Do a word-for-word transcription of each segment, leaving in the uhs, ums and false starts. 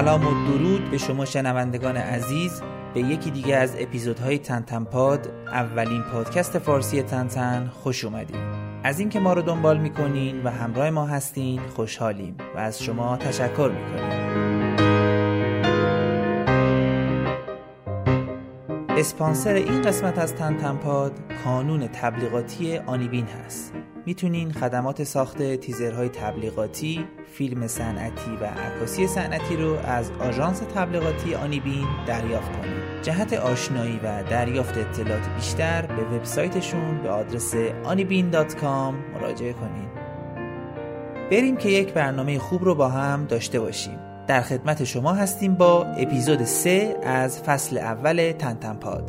سلام و درود به شما شنوندگان عزیز، به یکی دیگه از اپیزودهای تنتن پاد، اولین پادکست فارسی تنتن خوش اومدید. از اینکه ما رو دنبال میکنین و همراه ما هستین خوشحالیم و از شما تشکر میکنیم. اسپانسر این قسمت از تنتن پاد کانون تبلیغاتی آنیبین هست. میتونین خدمات ساخت تیزرهای تبلیغاتی، فیلم صنعتی و عکاسی صنعتی رو از آژانس تبلیغاتی آنیبین دریافت کنید. جهت آشنایی و دریافت اطلاعات بیشتر به وبسایتشون به آدرس آنیبین دات کام مراجعه کنید. بریم که یک برنامه خوب رو با هم داشته باشیم. در خدمت شما هستیم با اپیزود سه از فصل اول تنتن پاد.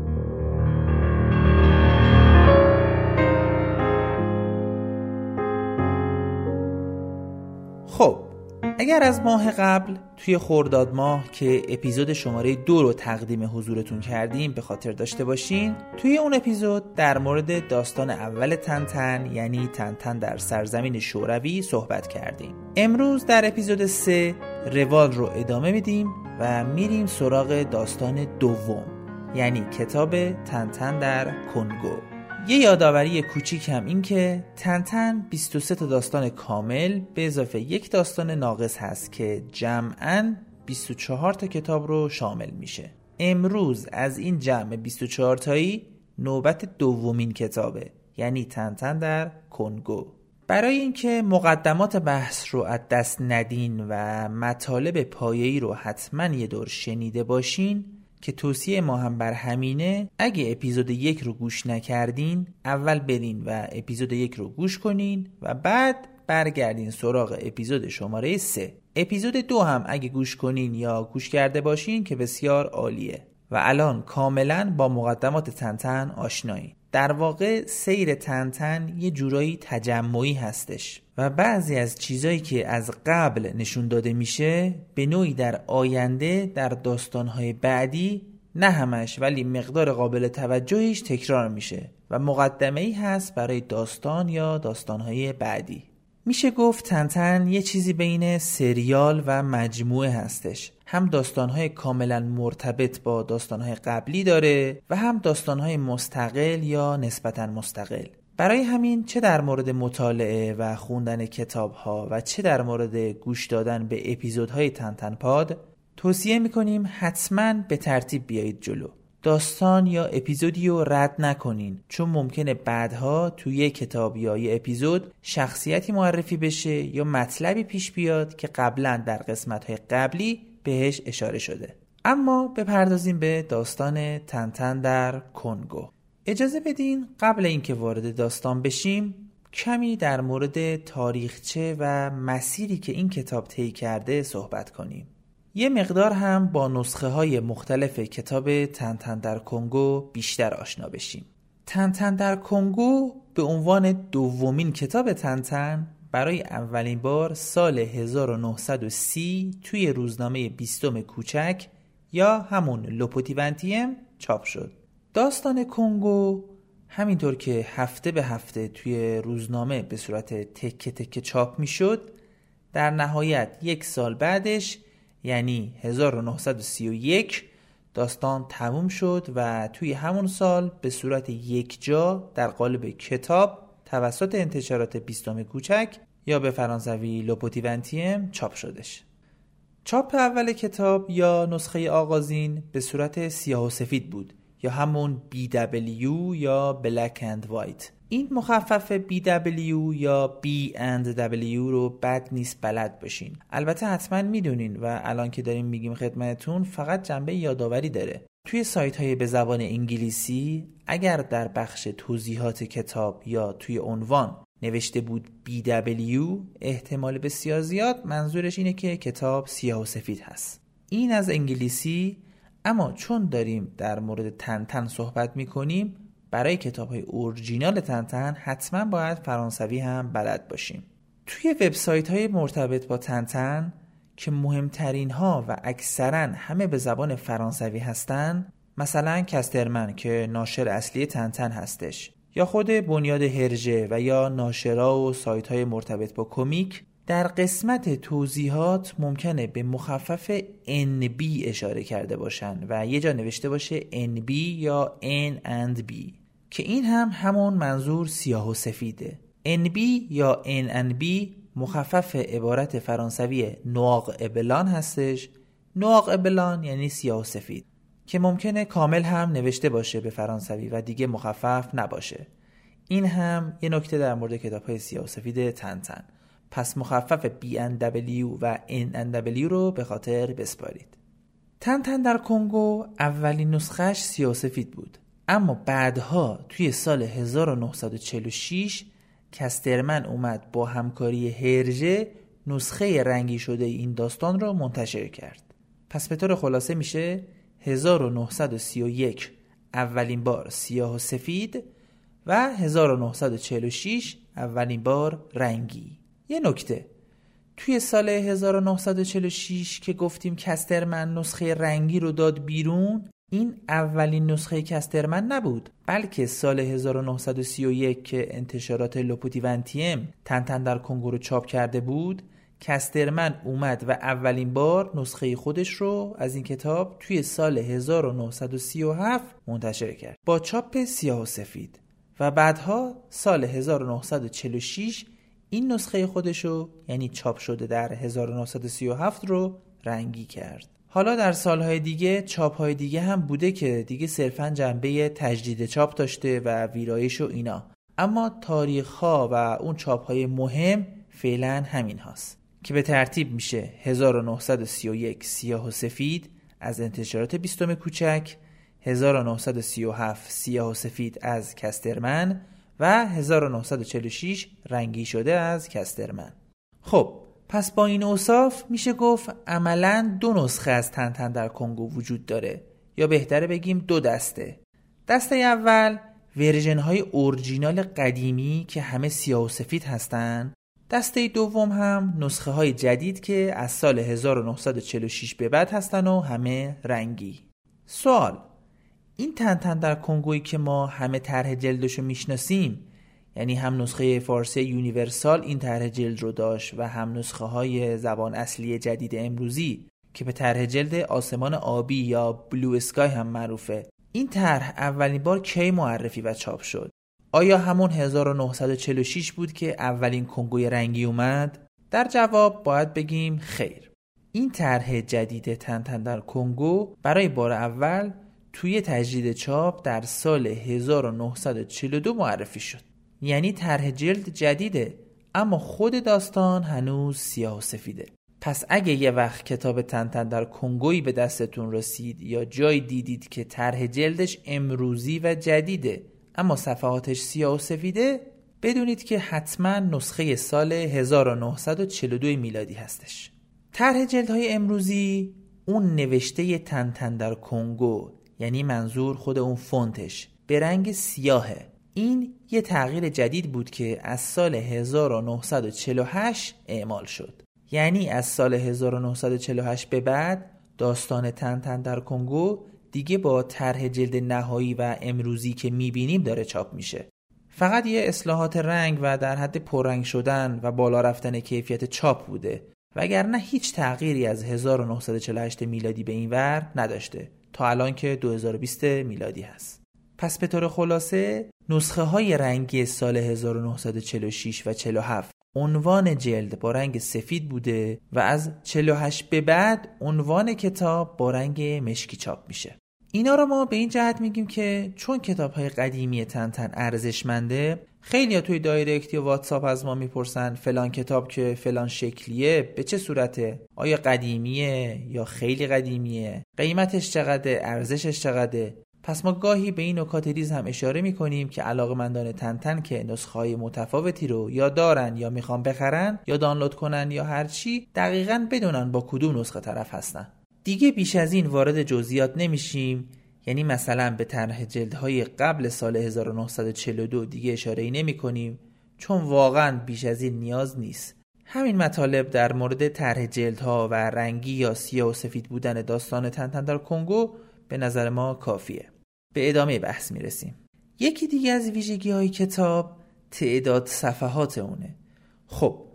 خب، اگر از ماه قبل توی خرداد ماه که اپیزود شماره دو رو تقدیم حضورتون کردیم به خاطر داشته باشین، توی اون اپیزود در مورد داستان اول تنتن یعنی تنتن در سرزمین شوروی صحبت کردیم. امروز در اپیزود سه روال رو ادامه میدیم و میریم سراغ داستان دوم یعنی کتاب تنتن در کنگو. یه یادآوری کوچیک هم این که تنتن بیست و سه تا داستان کامل به اضافه یک داستان ناقص هست که جمعاً بیست و چهار تا کتاب رو شامل میشه. امروز از این جمع بیست و چهار تایی نوبت دومین کتابه یعنی تنتن در کنگو. برای اینکه مقدمات بحث رو از دست ندین و مطالب پایه‌ای رو حتما یه دور شنیده باشین که توصیه ما هم بر همینه، اگه اپیزود یک رو گوش نکردین اول برین و اپیزود یک رو گوش کنین و بعد برگردین سراغ اپیزود شماره سه. اپیزود دو هم اگه گوش کنین یا گوش کرده باشین که بسیار عالیه و الان کاملا با مقدمات تنتن آشنایین. در واقع سیر تنتن یه جورایی تجمعی هستش و بعضی از چیزایی که از قبل نشون داده میشه به نوعی در آینده در داستانهای بعدی، نه همش ولی مقدار قابل توجهیش تکرار میشه و مقدمه‌ای هست برای داستان یا داستانهای بعدی. میشه گفت تنتن یه چیزی بین سریال و مجموعه هستش. هم داستانهای کاملا مرتبط با داستانهای قبلی داره و هم داستانهای مستقل یا نسبتاً مستقل. برای همین چه در مورد مطالعه و خوندن کتابها و چه در مورد گوش دادن به اپیزودهای تنتن پاد توصیه میکنیم حتماً به ترتیب بیایید جلو. داستان یا اپیزودی رو رد نکنین، چون ممکنه بعدها توی یک کتاب یا یک اپیزود شخصیتی معرفی بشه یا مطلبی پیش بیاد که قبلا در قسمت‌های قبلی بهش اشاره شده. اما بپردازیم به داستان تنتن در کنگو. اجازه بدین قبل اینکه وارد داستان بشیم کمی در مورد تاریخچه و مسیری که این کتاب طی کرده صحبت کنیم. یه مقدار هم با نسخه های مختلف کتاب تنتن در کنگو بیشتر آشنا بشیم. تنتن در کنگو به عنوان دومین کتاب تنتن برای اولین بار سال هزار و نهصد و سی توی روزنامه بیستم کوچک یا همون لوپوتیونتیم چاپ شد. داستان کنگو همینطور که هفته به هفته توی روزنامه به صورت تکه تکه چاپ می شد، در نهایت یک سال بعدش یعنی هزار و نهصد و سی و یک داستان تموم شد و توی همون سال به صورت یک جا در قالب کتاب توسط انتشارات بیستم کوچک یا به فرانسوی لوپوتیونتیم چاپ شدش. چاپ اول کتاب یا نسخه آغازین به صورت سیاه و سفید بود یا همون بی دبلیو یا بلک اند وایت. این مخفف بی دبلیو یا بی اند دبلیو رو بد نیست بلد باشین. البته حتما میدونین و الان که داریم میگیم خدمتتون فقط جنبه یادآوری داره. توی سایت های به زبان انگلیسی اگر در بخش توضیحات کتاب یا توی عنوان نوشته بود بی دبلیو، احتمال بسیار زیاد منظورش اینه که کتاب سیاه و سفید هست. این از انگلیسی. اما چون داریم در مورد تنتن صحبت میکنیم، برای کتاب های اورجینال تنتن حتما باید فرانسوی هم بلد باشیم. توی وبسایت های مرتبط با تنتن که مهمترین ها و اکثرا همه به زبان فرانسوی هستن، مثلا کسترمن که ناشر اصلی تنتن هستش، یا خود بنیاد هرژه و یا ناشرا و سایت های مرتبط با کمیک، در قسمت توضیحات ممکنه به مخفف ان بی اشاره کرده باشن و یه جا نوشته باشه ان بی یا N and B که این هم همون منظور سیاه و سفیده. ان بی یا N and B مخفف عبارت فرانسوی نواغ بلان هستش. نواغ بلان یعنی سیاه و سفید که ممکنه کامل هم نوشته باشه به فرانسوی و دیگه مخفف نباشه. این هم یه نکته در مورد کتاب‌های سیاه و سفید تنتن. پس مخفف بی ان دبلیو و ان ان دبلیو رو به خاطر بسپارید. تنتن در کنگو اولین نسخهش سیاه و سفید بود، اما بعدها توی سال هزار و نهصد و چهل و شش کسترمن اومد با همکاری هرژه نسخه رنگی شده این داستان رو منتشر کرد. پس به طور خلاصه میشه هزار و نهصد و سی و یک اولین بار سیاه و سفید و هزار و نهصد و چهل و شش اولین بار رنگی. یه نکته، توی سال هزار و نهصد و چهل و شش که گفتیم کسترمن نسخه رنگی رو داد بیرون، این اولین نسخه کسترمن نبود، بلکه سال هزار و نهصد و سی و یک که انتشارات لوپوتیونتیم تنتن در کنگو رو چاپ کرده بود، کسترمن اومد و اولین بار نسخه خودش رو از این کتاب توی سال هزار و نهصد و سی و هفت منتشر کرد با چاپ سیاه و سفید و بعدها سال هزار و نهصد و چهل و شش این نسخه خودشو یعنی چاپ شده در هزار و نهصد و سی و هفت رو رنگی کرد. حالا در سالهای دیگه چاپهای دیگه هم بوده که دیگه صرفاً جنبه تجدید چاپ داشته و ویرایش و اینا، اما تاریخ‌ها و اون چاپهای مهم فعلاً همین هاست که به ترتیب میشه هزار و نهصد و سی و یک سیاه و سفید از انتشارات بیستم کوچک، هزار و نهصد و سی و هفت سیاه و سفید از کسترمن و هزار و نهصد و چهل و شش رنگی شده از کسترمن. خب پس با این اوصاف میشه گفت عملاً دو نسخه از تنتن در کنگو وجود داره، یا بهتره بگیم دو دسته. دسته اول ورژن های اورجینال قدیمی که همه سیاه و سفید هستن، دسته دوم هم نسخه های جدید که از سال هزار و نهصد و چهل و شش به بعد هستن و همه رنگی. سوال، این تنتن در کنگویی که ما همه طرح جلدشو میشناسیم، یعنی هم نسخه فارسی یونیورسال این طرح جلد رو داشت و هم نسخه های زبان اصلی جدید امروزی که به طرح جلد آسمان آبی یا بلو اسکای هم معروفه، این طرح اولین بار کی معرفی و چاپ شد؟ آیا همون هزار و نهصد و چهل و شش بود که اولین کنگوی رنگی اومد؟ در جواب باید بگیم خیر. این طرح جدید تنتن در کنگو برای بار اول توی تجدید چاپ در سال هزار و نهصد و چهل و دو معرفی شد. یعنی طرح جلد جدیده، اما خود داستان هنوز سیاه و سفیده. پس اگه یه وقت کتاب تنتن در کنگویی به دستتون رسید یا جایی دیدید که طرح جلدش امروزی و جدیده اما صفحاتش سیاه و سفیده، بدونید که حتما نسخه سال هزار و نهصد و چهل و دو میلادی هستش. طرح جلدهای امروزی اون نوشته تنتن در کنگو، یعنی منظور خود اون فونتش، به رنگ سیاهه. این یه تغییر جدید بود که از سال هزار و نهصد و چهل و هشت اعمال شد. یعنی از سال هزار و نهصد و چهل و هشت به بعد داستان تنتن در کنگو دیگه با طرح جلد نهایی و امروزی که میبینیم داره چاپ میشه. فقط یه اصلاحات رنگ و در حد پررنگ شدن و بالا رفتن کیفیت چاپ بوده، وگرنه هیچ تغییری از هزار و نهصد و چهل و هشت میلادی به این ور نداشته تا الان که دو هزار و بیست میلادی هست. پس به طور خلاصه نسخه های رنگی سال هزار و نهصد و چهل و شش و چهل و هفت عنوان جلد با رنگ سفید بوده و از چهل و هشت به بعد عنوان کتاب با رنگ مشکی چاپ میشه. اینا رو ما به این جهت میگیم که چون کتاب‌های قدیمی تنتن ارزشمنده، خیلی‌ها توی دایرکت یا واتساپ از ما میپرسن فلان کتاب که فلان شکلیه به چه صورته؟ آیا قدیمیه یا خیلی قدیمیه؟ قیمتش چقدره؟ ارزشش چقدره؟ پس ما گاهی به این نکات ریز هم اشاره میکنیم که علاقه‌مندان تنتن که نسخه‌های متفاوتی رو یا دارن یا میخوان بخرن یا دانلود کنن یا هر چی، دقیقاً بدونن با کدوم نسخه طرف هستن. دیگه بیش از این وارد جزئیات نمیشیم، یعنی مثلا به طرح جلدهای قبل سال هزار و نهصد و چهل و دو دیگه اشاره‌ای نمی‌کنیم چون واقعاً بیش از این نیاز نیست. همین مطالب در مورد طرح جلدها و رنگی یا سیاه و سفید بودن داستان تنتن در کنگو به نظر ما کافیه. به ادامه بحث میرسیم. یکی دیگه از ویژگی‌های کتاب تعداد صفحات اونه. خب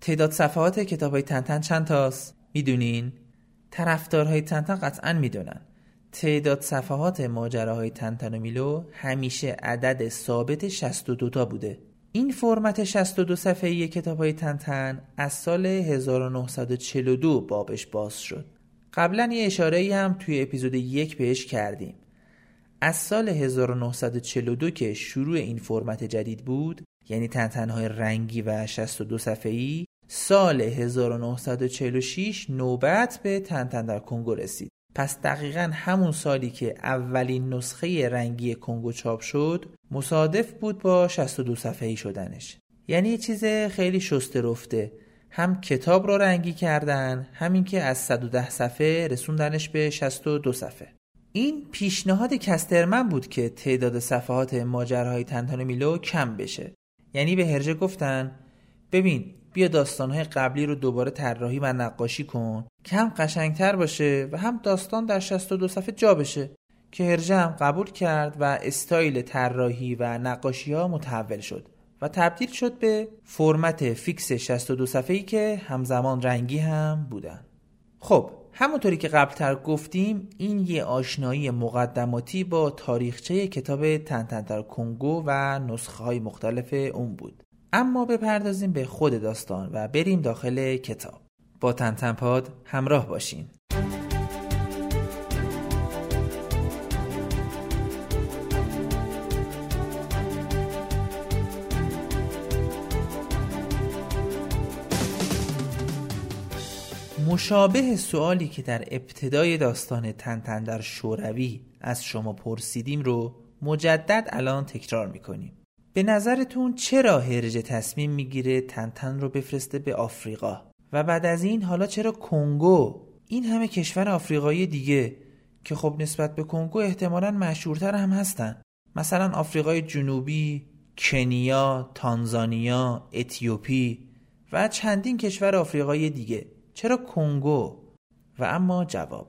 تعداد صفحات کتاب‌های تنتن چند تاست؟ میدونین؟ طرفدارهای تنتن قطعاً میدونن. تعداد صفحات ماجراهای تنتن و میلو همیشه عدد ثابت شصت و دو تا بوده. این فرمت شصت و دو صفحه‌ای کتاب‌های تنتن از سال هزار و نهصد و چهل و دو بابش باز شد. قبلا یه اشاره‌ای هم توی اپیزود یک بهش کردیم. از سال هزار و نهصد و چهل و دو که شروع این فرمت جدید بود، یعنی تنتن‌های رنگی و شصت و دو صفحه‌ای، سال هزار و نهصد و چهل و شش نوبت به تنتن در کنگو رسید. پس دقیقاً همون سالی که اولین نسخه رنگی کنگو چاپ شد، مصادف بود با شصت و دو صفحه‌ای شدنش. یعنی یه چیز خیلی شسته رفته. هم کتاب رو رنگی کردن، همین که از صد و ده صفحه رسوندنش به شصت و دو صفحه. این پیشنهاد کسترمن بود که تعداد صفحات ماجراهای تنتن و میلو کم بشه. یعنی به هرژه گفتن ببین بیا داستانهای قبلی رو دوباره طراحی و نقاشی کن که هم قشنگتر باشه و هم داستان در شصت و دو صفحه جا بشه، که هرژه هم قبول کرد و استایل طراحی و نقاشی ها متحول شد و تبدیل شد به فرمت فیکس شصت و دو صفحه‌ای که همزمان رنگی هم بودن. خب همونطوری که قبلتر گفتیم، این یه آشنایی مقدماتی با تاریخچه کتاب تنتن در کنگو و نسخه های مختلف اون بود. اما بپردازیم به خود داستان و بریم داخل کتاب. با تنتن پاد همراه باشین. مشابه سوالی که در ابتدای داستان تنتن در شوروی از شما پرسیدیم رو مجدد الان تکرار میکنیم. به نظرتون چرا هرژه تصمیم میگیره تنتن رو بفرسته به آفریقا و بعد از این حالا چرا کنگو؟ این همه کشور آفریقایی دیگه که خب نسبت به کنگو احتمالاً مشهورتر هم هستن، مثلا آفریقای جنوبی، کنیا، تانزانیا، اتیوپی و چندین کشور آفریقایی دیگه. چرا کنگو؟ و اما جواب،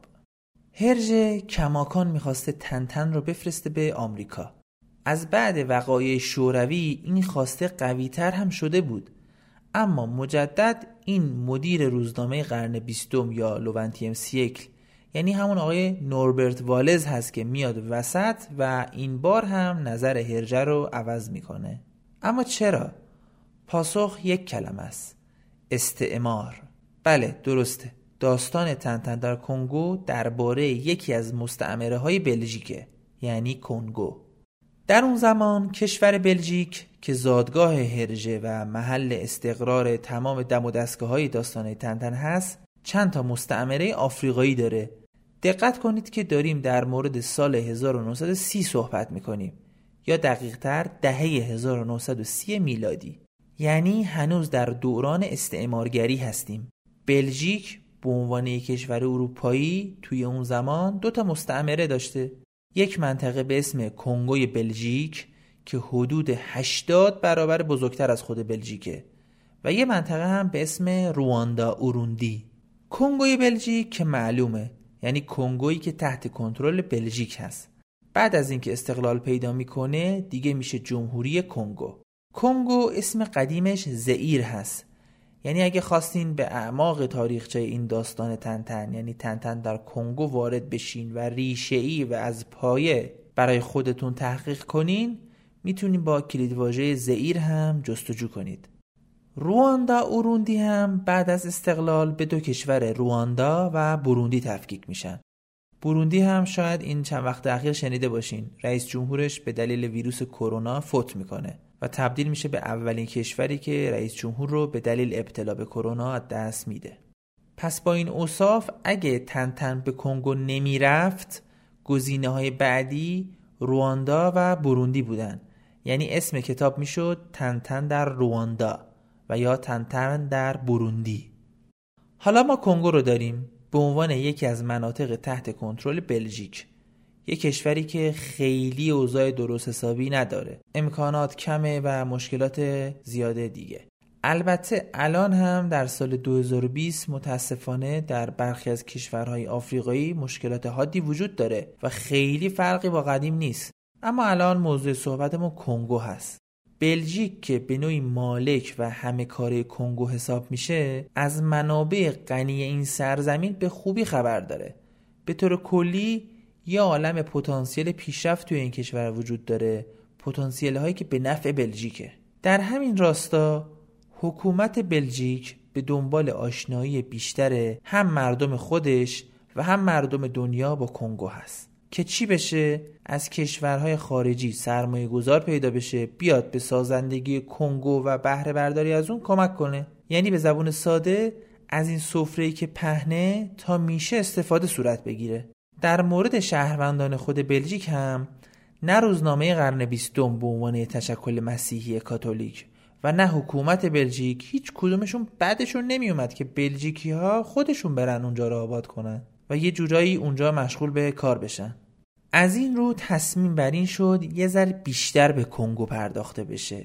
هرژه کماکان میخواسته تنتن رو بفرسته به آمریکا. از بعد وقایع شوروی این خواسته قوی‌تر هم شده بود، اما مجدد این مدیر روزنامه قرن بیستم یا لوونتیم سیکل، یعنی همون آقای نوربرت والز هست که میاد وسط و این بار هم نظر هرژه رو عوض میکنه. اما چرا؟ پاسخ یک کلمه است: استعمار. بله درسته، داستان تنتن در کنگو درباره یکی از مستعمره های بلژیکه، یعنی کنگو. در اون زمان کشور بلژیک که زادگاه هرژه و محل استقرار تمام دم و دستگاه های داستان تنتن هست، چند تا مستعمره آفریقایی داره. دقت کنید که داریم در مورد سال هزار و نهصد و سی صحبت میکنیم، یا دقیق تر دهه هزار و نهصد و سی میلادی، یعنی هنوز در دوران استعمارگری هستیم. بلژیک به عنوان یک کشور اروپایی توی اون زمان دو تا مستعمره داشته. یک منطقه به اسم کنگوی بلژیک که حدود هشتاد برابر بزرگتر از خود بلژیکه و یه منطقه هم به اسم رواندا اوروندی. کنگوی بلژیک که معلومه، یعنی کنگویی که تحت کنترل بلژیک هست. بعد از اینکه استقلال پیدا میکنه دیگه میشه جمهوری کنگو. کنگو اسم قدیمش زئیر هست. یعنی اگه خواستین به اعماق تاریخچه این داستان تنتن، یعنی تنتن در کنگو وارد بشین و ریشه‌ای و از پایه برای خودتون تحقیق کنین، میتونین با کلیدواژه زئیر هم جستجو کنید. رواندا اوروندی هم بعد از استقلال به دو کشور رواندا و بوروندی تفکیک میشن. بوروندی هم شاید این چند وقت اخیر شنیده باشین، رئیس جمهورش به دلیل ویروس کرونا فوت میکنه و تبدیل میشه به اولین کشوری که رئیس جمهور رو به دلیل ابتلا به کرونا از دست میده. پس با این اوصاف اگه تنتن به کنگو نمیرفت، گزینه‌های بعدی رواندا و بوروندی بودن. یعنی اسم کتاب میشد تنتن در رواندا و یا تنتن در بوروندی. حالا ما کنگو رو داریم به عنوان یکی از مناطق تحت کنترل بلژیک، یک کشوری که خیلی اوضاع درست حسابی نداره، امکانات کمه و مشکلات زیاده دیگه. البته الان هم در سال دو هزار و بیست متاسفانه در برخی از کشورهای آفریقایی مشکلات حادی وجود داره و خیلی فرقی با قدیم نیست. اما الان موضوع صحبتمون کنگو هست. بلژیک که به نوعی مالک و همه کاره کنگو حساب میشه، از منابع غنی این سرزمین به خوبی خبر داره. به طور کلی یه عالم پتانسیل پیشرفت توی این کشور وجود داره، پتانسیل هایی که به نفع بلژیکه. در همین راستا حکومت بلژیک به دنبال آشنایی بیشتر هم مردم خودش و هم مردم دنیا با کنگو هست که چی بشه؟ از کشورهای خارجی سرمایه گذار پیدا بشه بیاد به سازندگی کنگو و بهره برداری از اون کمک کنه. یعنی به زبون ساده از این سفره‌ای که پهنه تا میشه استفاده صورت بگیره. در مورد شهروندان خود بلژیک هم نه روزنامه قرن بیستم به عنوان تشکل مسیحی کاتولیک و نه حکومت بلژیک هیچ کدومشون بعدشون نمی اومد که بلژیکی ها خودشون برن اونجا رو آباد کنن و یه جورایی اونجا مشغول به کار بشن. از این رو تصمیم بر این شد یه ذره بیشتر به کنگو پرداخته بشه،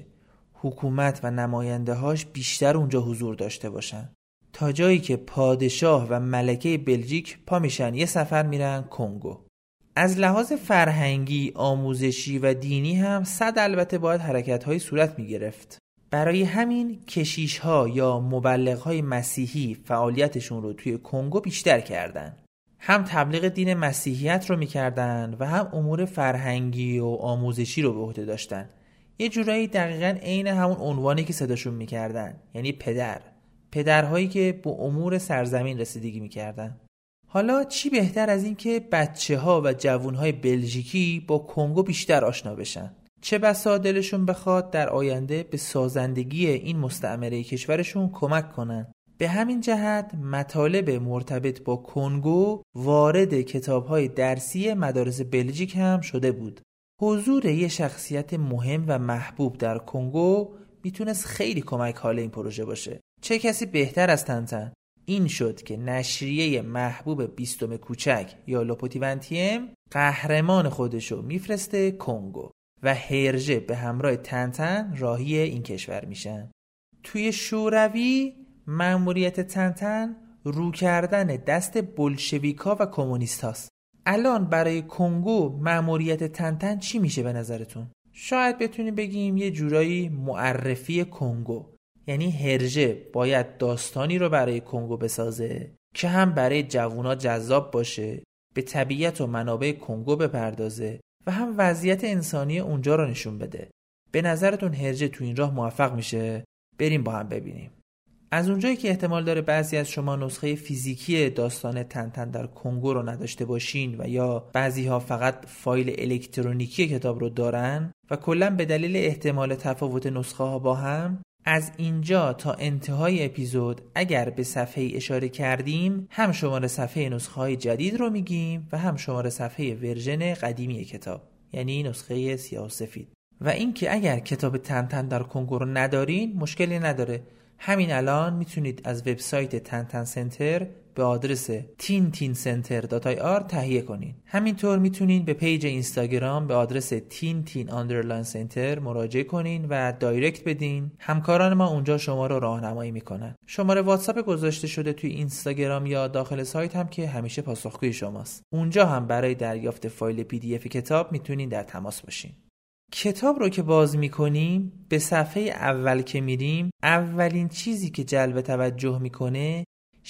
حکومت و نماینده هاش بیشتر اونجا حضور داشته باشن، تا جایی که پادشاه و ملکه بلژیک پا میشن یه سفر میرن کنگو. از لحاظ فرهنگی، آموزشی و دینی هم صد البته باید حرکت‌های صورت میگرفت. برای همین کشیش‌ها یا مبلغ‌های مسیحی فعالیتشون رو توی کنگو بیشتر کردن. هم تبلیغ دین مسیحیت رو میکردن و هم امور فرهنگی و آموزشی رو به عهده داشتن. یه جورایی دقیقاً عین همون عنوانی که صداشون میکردن، یعنی پدر. پدرهایی که به امور سرزمین رسیدگی میکردن. حالا چی بهتر از این که بچه‌ها و جوان‌های بلژیکی با کنگو بیشتر آشنا بشن؟ چه بسا دلشون بخواد در آینده به سازندگی این مستعمره کشورشون کمک کنن. به همین جهت مطالب مرتبط با کنگو وارد کتاب‌های درسی مدارس بلژیک هم شده بود. حضور یه شخصیت مهم و محبوب در کنگو میتونست خیلی کمک حال این پروژه باشه. چه کسی بهتر از تنتن؟ این شد که نشریه محبوب بیستم کوچک یا لوپوتیونتیم قهرمان خودشو میفرسته کنگو و هرژه به همراه تنتن راهی این کشور میشن. توی شوروی مأموریت تنتن رو کردن دست بولشویکا و کمونیست هاست. الان برای کنگو مأموریت تنتن چی میشه به نظرتون؟ شاید بتونیم بگیم یه جورایی معرفی کنگو. یعنی هرژه باید داستانی رو برای کنگو بسازه که هم برای جوونا جذاب باشه، به طبیعت و منابع کنگو بپردازه و هم وضعیت انسانی اونجا رو نشون بده. به نظرتون هرژه تو این راه موفق میشه؟ بریم با هم ببینیم. از اونجایی که احتمال داره بعضی از شما نسخه فیزیکی داستان تنتن در کنگو رو نداشته باشین و یا بعضی ها فقط فایل الکترونیکی کتاب رو دارن و کلاً به دلیل احتمال تفاوت نسخه ها با هم، از اینجا تا انتهای اپیزود اگر به صفحه اشاره کردیم هم شماره صفحه نسخه های جدید رو میگیم و هم شماره صفحه ورژن قدیمی کتاب، یعنی نسخه سیاه و سفید. و اینکه اگر کتاب تنتن در کنگو رو ندارین مشکلی نداره، همین الان میتونید از وبسایت تنتن سنتر به آدرس تین تین سنتر دات آی آر تهیه کنین. همینطور میتونین به پیج اینستاگرام به آدرس تین تین آندرلاین سنتر مراجعه کنین و دایرکت بدین. همکاران ما اونجا شما رو راهنمایی میکنن. شماره واتساپ گذاشته شده توی اینستاگرام یا داخل سایت هم که همیشه پاسخگوی شماست. اونجا هم برای دریافت فایل پی دی اف کتاب میتونین در تماس باشین. کتاب رو که باز میکنیم به صفحه اول که میریم، اولین چیزی که جلب توجه میکنه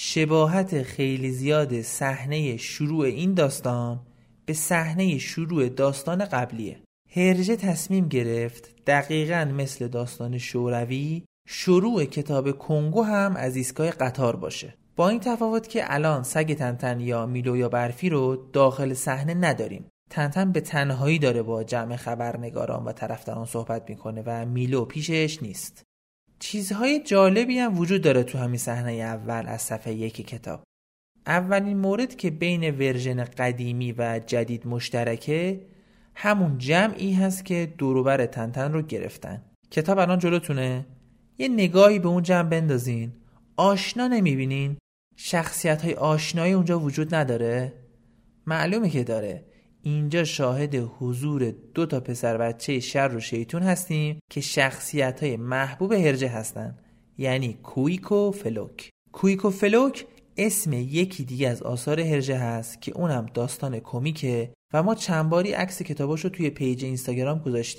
شباهت خیلی زیاد صحنه شروع این داستان به صحنه شروع داستان قبلیه. هرژه تصمیم گرفت دقیقاً مثل داستان شوروی شروع کتاب کنگو هم از ایستگاه قطار باشه، با این تفاوت که الان سگ تنتن یا میلو یا برفی رو داخل صحنه نداریم. تنتن به تنهایی داره با جمع خبرنگاران و طرفداران صحبت میکنه و میلو پیشش نیست. چیزهای جالبی هم وجود داره تو همین صحنه اول از صفحه یک کتاب. اولین مورد که بین ورژن قدیمی و جدید مشترکه همون جمعی هست که دوروبر تنتن رو گرفتن. کتاب الان جلوتونه، یه نگاهی به اون جمع بندازین. آشنا نمیبینین؟ شخصیت‌های آشنایی اونجا وجود نداره؟ معلومه که داره. اینجا شاهد حضور دو تا پسر بچه شر و شیطون هستیم که شخصیت‌های محبوب هرژه هستن، یعنی کویک و فلوک. کویک و فلوک اسم یکی دیگه از آثار هرژه هست که اونم داستان کمیکه و ما چند باری عکس کتاباشو توی پیج اینستاگرام گذاشتیم.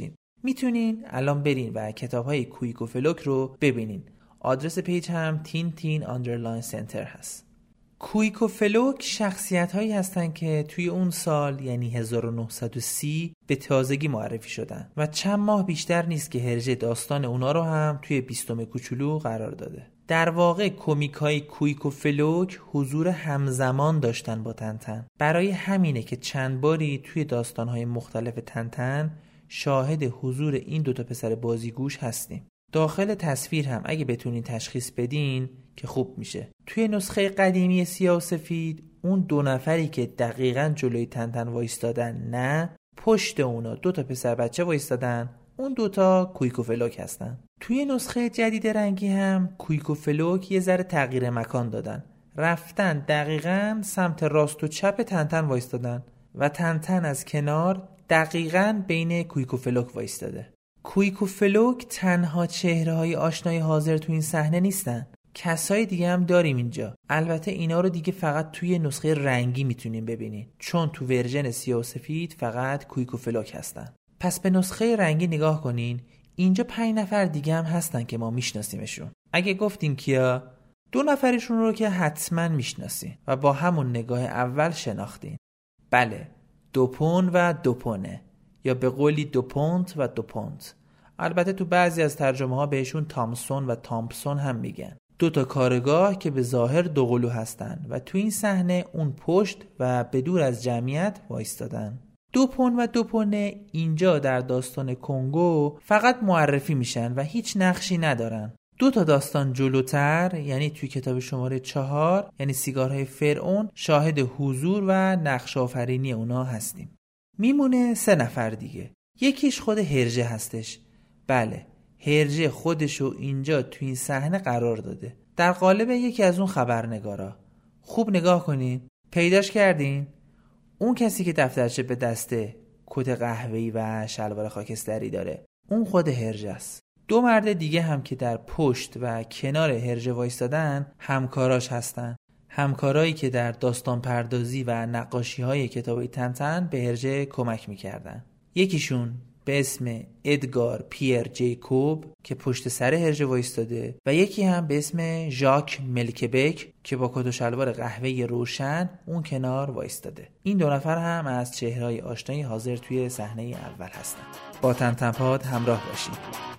میتونین الان برین و کتاب‌های کویک و فلوک رو ببینین. آدرس پیج هم تین تین آندرلاین سنتر هست. کویک و فلوک شخصیت هایی هستن که توی اون سال یعنی هزار و نهصد و سی به تازگی معرفی شدن و چند ماه بیشتر نیست که هرژه داستان اونا رو هم توی بیستم کوچولو قرار داده. در واقع کمیک های کویک و فلوک حضور همزمان داشتن با تنتن. برای همینه که چند باری توی داستان های مختلف تنتن شاهد حضور این دوتا پسر بازیگوش هستیم. داخل تصویر هم اگه بتونین تشخیص بدین که خوب میشه. توی نسخه قدیمی سیاه و سفید اون دو نفری که دقیقاً جلوی تنتن وایستادن نه، پشت اونا دو تا پسر بچه وایستادن، اون دوتا کویک و فلوک هستن. توی نسخه جدید رنگی هم کویک و فلوک یه ذره تغییر مکان دادن، رفتن دقیقاً سمت راست و چپ تنتن وایستادن و تنتن از کنار دقیقاً بین کویک و فلوک وایستاده. کویک و فلوک تنها چهره‌های آشنای حاضر تو این صحنه نیستن. کسای دیگه هم داریم اینجا. البته اینا رو دیگه فقط توی نسخه رنگی میتونیم ببینین، چون تو ورژن سیاه و سفید فقط کویک و فلوک هستن. پس به نسخه رنگی نگاه کنین. اینجا پنج نفر دیگه هم هستن که ما میشناسیمشون. اگه گفتین کیا، دو نفرشون رو که حتما میشناسین و با همون نگاه اول شناختین. بله، دوپون و دوپونه، یا به قولی دوپونت و دوپونت. البته تو بعضی از ترجمه ها بهشون تامسون و تامپسون هم میگن. دو تا کارگاه که به ظاهر دوقلو هستن و تو این صحنه اون پشت و به دور از جمعیت وایستادن. دوپون و دوپونه اینجا در داستان کنگو فقط معرفی میشن و هیچ نقشی ندارن. دو تا داستان جلوتر، یعنی توی کتاب شماره چهار، یعنی سیگارهای فرعون، شاهد حضور و نقش آفرینی اونا هستیم. میمونه سه نفر دیگه. یکیش خود هرژه هستش. بله، هرژه خودشو اینجا تو این صحنه قرار داده، در قالب یکی از اون خبرنگارا. خوب نگاه کنین، پیداش کردین؟ اون کسی که دفترچه به دسته، کت قهوه‌ای و شلوار خاکستری داره، اون خود هرژه است. دو مرد دیگه هم که در پشت و کنار هرژه وایستادن همکاراش هستن. همکارایی که در داستان پردازی و نقاشی های کتابی تنتن به هرژه کمک میکردن. یکیشون به اسم ادگار پیر جیکوب که پشت سر هرژه وایستاده و یکی هم به اسم ژاک ملکبک که با کت و شلوار قهوه‌ای روشن اون کنار وایستاده. این دو نفر هم از چهره‌های آشنایی حاضر توی صحنه اول هستن. با تنتن پاد همراه باشید.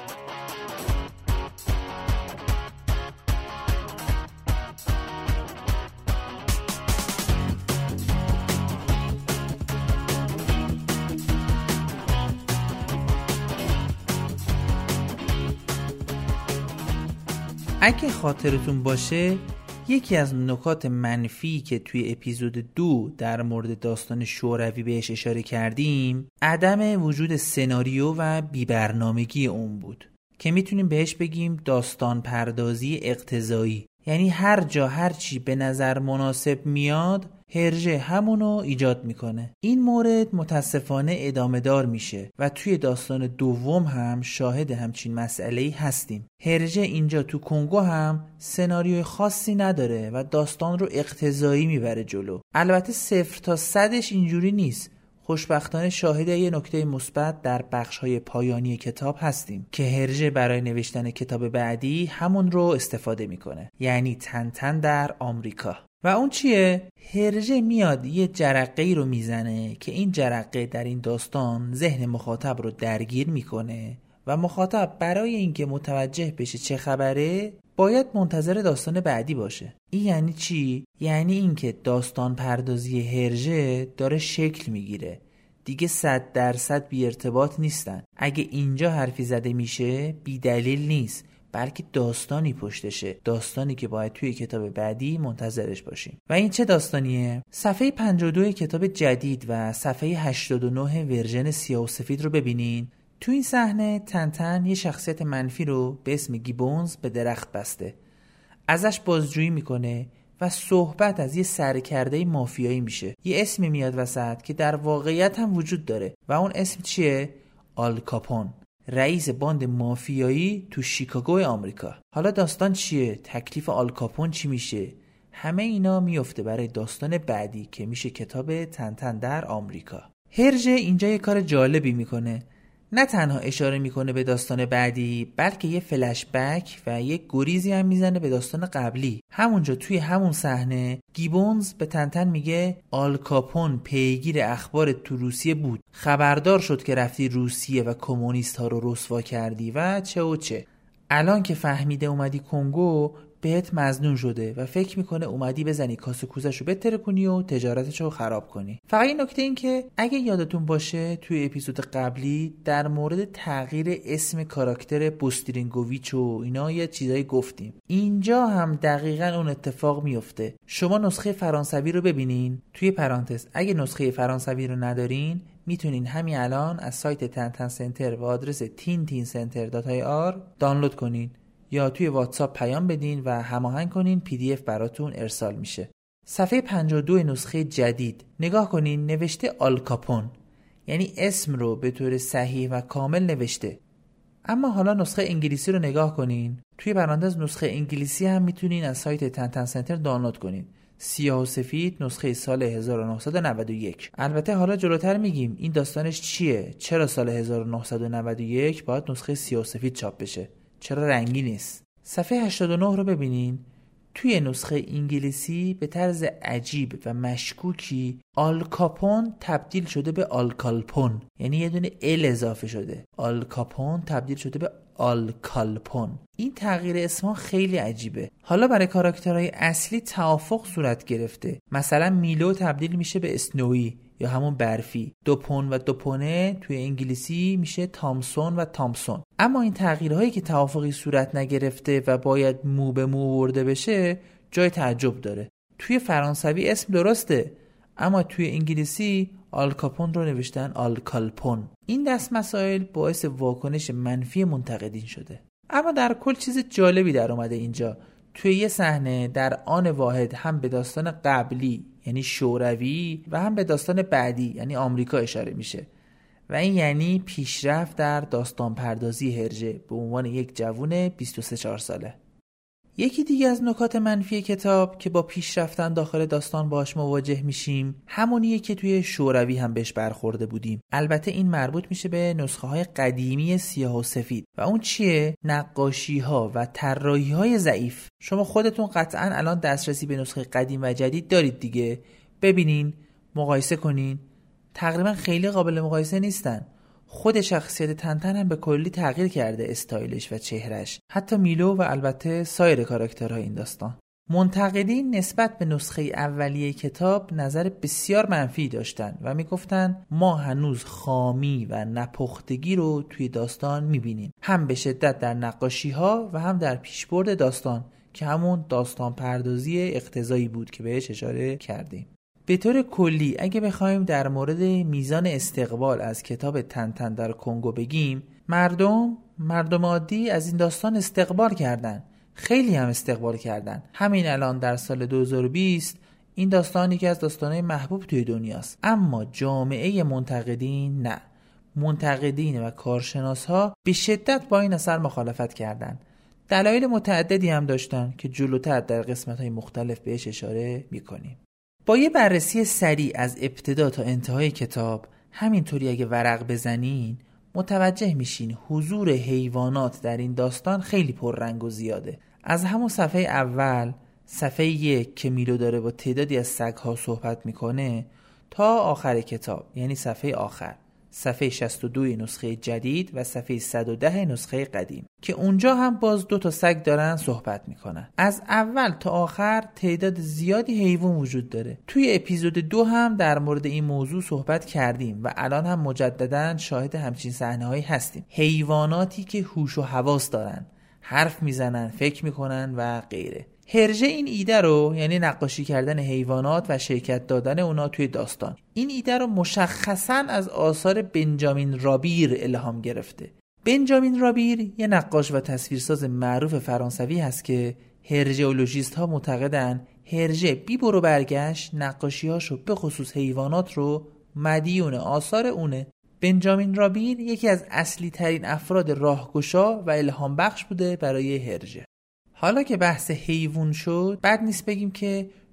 اگه خاطرتون باشه یکی از نکات منفی که توی اپیزود دو در مورد داستان شوروی بهش اشاره کردیم عدم وجود سناریو و بی‌برنامگی اون بود که میتونیم بهش بگیم داستان پردازی اقتضایی، یعنی هر جا هر چی به نظر مناسب میاد هرژه همونو ایجاد میکنه. این مورد متاسفانه ادامه دار میشه و توی داستان دوم هم شاهد همچین مسئله‌ای هستیم. هرژه اینجا تو کنگو هم سناریوی خاصی نداره و داستان رو اقتضایی میبره جلو. البته صفر تا صدش اینجوری نیست. خوشبختانه شاهد یه نکته مثبت در بخش‌های پایانی کتاب هستیم که هرژه برای نوشتن کتاب بعدی همون رو استفاده میکنه، یعنی تنتن در آمریکا. و اون چیه؟ هرژه میاد یه جرقه‌ای رو میزنه که این جرقه در این داستان ذهن مخاطب رو درگیر میکنه و مخاطب برای اینکه متوجه بشه چه خبره باید منتظر داستان بعدی باشه. این یعنی چی؟ یعنی اینکه داستان پردازی هرژه داره شکل میگیره. دیگه صد درصد بی ارتباط نیستن. اگه اینجا حرفی زده میشه بی دلیل نیست، بلکه داستانی پشتشه، داستانی که باید توی کتاب بعدی منتظرش باشیم. و این چه داستانیه؟ صفحه پنجاه و دو کتاب جدید و صفحه هشتاد و نه ورژن سیاه و سفید رو ببینین. تو این صحنه تنتن یه شخصیت منفی رو به اسم گیبونز به درخت بسته. ازش بازجویی میکنه و صحبت از یه سرکرده مافیایی میشه. یه اسمی میاد وسط که در واقعیت هم وجود داره و اون اسم چیه؟ آل کاپون، رئیس باند مافیایی تو شیکاگو آمریکا. حالا داستان چیه؟ تکلیف آل کاپون چی میشه؟ همه اینا میفته برای داستان بعدی که میشه کتاب تنتن در آمریکا. هرژه اینجا یه کار جالبی میکنه. نه تنها اشاره میکنه به داستان بعدی، بلکه یه فلش بک و یه گریزی هم میزنه به داستان قبلی. همونجا توی همون صحنه گیبونز به تنتن میگه آل کاپون پیگیر اخبار تو روسیه بود، خبردار شد که رفتی روسیه و کمونیست ها رو رسوا کردی و چه و چه. الان که فهمیده اومدی کنگو بهت مظنون شده و فکر میکنه اومدی بزنی کاسه کوزشو بترکونی و تجارتشو خراب کنی. فقط این نکته این که اگه یادتون باشه توی اپیزود قبلی در مورد تغییر اسم کاراکتر بوسترینگوویچ و اینا یه چیزایی گفتیم. اینجا هم دقیقاً اون اتفاق میفته. شما نسخه فرانسوی رو ببینین. توی پرانتز اگه نسخه فرانسوی رو ندارین میتونین همین الان از سایت تنتن سنتر و آدرس تین تین سنتر دات آی آر دانلود کنین یا توی واتساپ پیام بدین و هماهنگ کنین، پی دی اف براتون ارسال میشه. صفحه پنجاه و دو نسخه جدید نگاه کنین، نوشته آل کاپون، یعنی اسم رو به طور صحیح و کامل نوشته. اما حالا نسخه انگلیسی رو نگاه کنین. توی پرانتز نسخه انگلیسی هم میتونین از سایت تنتن سنتر دانلود کنین. سیاه و سفید نسخه سال هزار و نهصد و نود و یک. البته حالا جلوتر میگیم این داستانش چیه، چرا سال هزار و نهصد و نود و یک باید نسخه سیاه و سفید چاپ بشه، چرا رنگی نیست. صفحه هشتاد و نه رو ببینین. توی نسخه انگلیسی به طرز عجیب و مشکوکی آل کاپون تبدیل شده به آل کالپون، یعنی یه دونه ال اضافه شده. آل کاپون تبدیل شده به آل کالپون. این تغییر اسم خیلی عجیبه. حالا برای کاراکترهای اصلی توافق صورت گرفته. مثلا میلو تبدیل میشه به اسنوی یا همون برفی. دوپون و دوپونه توی انگلیسی میشه تامسون و تامسون. اما این تغییرهایی که توافقی صورت نگرفته و باید مو به مو برده بشه جای تعجب داره. توی فرانسوی اسم درسته، اما توی انگلیسی آل کاپون رو نوشتن آل کالپون. این دست مسائل باعث واکنش منفی منتقدین شده. اما در کل چیز جالبی در اومده اینجا. توی یه صحنه در آن واحد هم به داستان قبلی یعنی شوروی و هم به داستان بعدی یعنی آمریکا اشاره میشه و این یعنی پیشرفت در داستان پردازی هرژه به عنوان یک جوون بیست و سه چهار ساله. یکی دیگه از نکات منفی کتاب که با پیشرفتن داخل داستان باهاش مواجه میشیم همونیه که توی شوروی هم بهش برخورده بودیم. البته این مربوط میشه به نسخه های قدیمی سیاه و سفید و اون چیه؟ نقاشی ها و طراحی های ضعیف. شما خودتون قطعاً الان دسترسی به نسخه قدیم و جدید دارید دیگه. ببینین، مقایسه کنین. تقریبا خیلی قابل مقایسه نیستن. خود شخصیت تنتن هم به کلی تغییر کرده، استایلش و چهرش، حتی میلو و البته سایر کاراکترهای این داستان. منتقدین نسبت به نسخه اولیه کتاب نظر بسیار منفی داشتن و میگفتن ما هنوز خامی و نپختگی رو توی داستان میبینیم، هم به شدت در نقاشی ها و هم در پیشبرد داستان که همون داستان پردازی اقتضایی بود که بهش اشاره کردیم. به طور کلی اگه بخوایم در مورد میزان استقبال از کتاب تنتن در کنگو بگیم، مردم مردم عادی از این داستان استقبال کردن، خیلی هم استقبال کردن. همین الان در سال دو هزار و بیست این داستان یکی از داستانهای محبوب توی دنیاست. اما جامعه منتقدین نه. منتقدین و کارشناس‌ها به شدت با این اثر مخالفت کردند. دلایل متعددی هم داشتن که جلوتر در قسمت‌های مختلف بهش اشاره می‌کنیم. با یه بررسی سریع از ابتدا تا انتهای کتاب، همینطوری اگه ورق بزنین متوجه میشین حضور حیوانات در این داستان خیلی پررنگ و زیاده. از همون صفحه اول، صفحه یک که میلو داره با تعدادی از سگ‌ها صحبت میکنه تا آخر کتاب، یعنی صفحه آخر، صفحه شصت و دو نسخه جدید و صفحه صد و ده نسخه قدیم که اونجا هم باز دو تا سگ دارن صحبت میکنن. از اول تا آخر تعداد زیادی حیوان وجود داره. توی اپیزود دو هم در مورد این موضوع صحبت کردیم و الان هم مجددا شاهد همچین صحنه‌هایی هستیم. حیواناتی که هوش و حواس دارن، حرف میزنن، فکر میکنن و غیره. هرژه این ایده رو، یعنی نقاشی کردن حیوانات و شرکت دادن اونا توی داستان، این ایده رو مشخصاً از آثار بنجامین رابیر الهام گرفته. بنجامین رابیر یه نقاش و تصویرساز معروف فرانسوی هست که هرژئولوژیست ها معتقدن هرژه بی برو برگشت نقاشی‌هاشو به خصوص حیوانات رو مدیون آثار اونه. بنجامین رابیر یکی از اصلی ترین افراد راهگشا و الهام بخش بوده برای هرژه. حالا که بحث حیوان شد، بد نیست بگیم که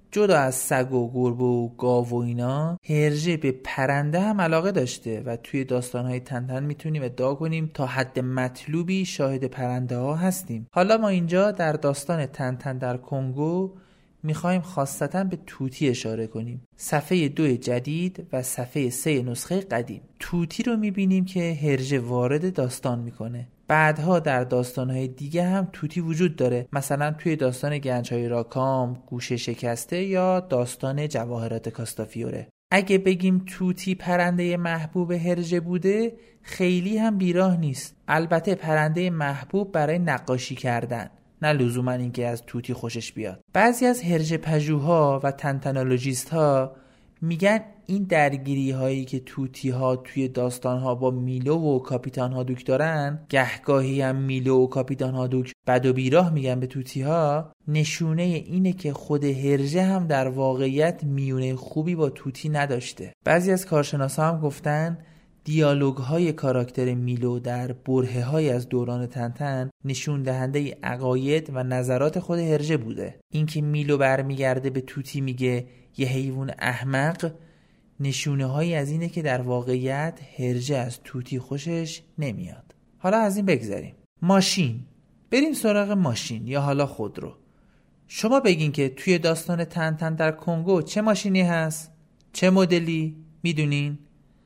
جدا از سگ و گربه و گاو و اینا، هرژه به پرنده هم علاقه داشته و توی داستان‌های تنتن میتونیم ادعا کنیم تا حد مطلوبی شاهد پرنده ها هستیم. حالا ما اینجا در داستان تنتن در کنگو میخوایم خاصتا به توتی اشاره کنیم. صفحه دو جدید و صفحه سه نسخه قدیم. توتی رو میبینیم که هرژه وارد داستان میکنه. بعدها در داستانهای دیگه هم توتی وجود داره، مثلا توی داستان گنج‌های راکام، گوشه شکسته یا داستان جواهرات کاستافیوره. اگه بگیم توتی پرنده محبوب هرژه بوده خیلی هم بیراه نیست. البته پرنده محبوب برای نقاشی کردن، نه لزوما اینکه از توتی خوشش بیاد. بعضی از هرژه پژوها و تنتنولوژیست ها میگن این درگیری هایی که توتی ها توی داستان ها با میلو و کاپیتان هادوک دارن، گهگاهی هم میلو و کاپیتان هادوک بد و بیراه میگن به توتی ها، نشونه اینه که خود هرژه هم در واقعیت میونه خوبی با توتی نداشته. بعضی از کارشناسا هم گفتن دیالوگ های کاراکتر میلو در برهه های از دوران تنتن نشون دهنده عقاید و نظرات خود هرژه بوده. اینکه میلو برمیگرده به توتی میگه یه حیوان احمق، نشونه هایی از اینه که در واقعیت هرژه از توتی خوشش نمیاد. حالا از این بگذریم. ماشین، بریم سراغ ماشین یا حالا خودرو. شما بگین که توی داستان تنتن در کنگو چه ماشینی هست؟ چه مدلی؟ میدونین؟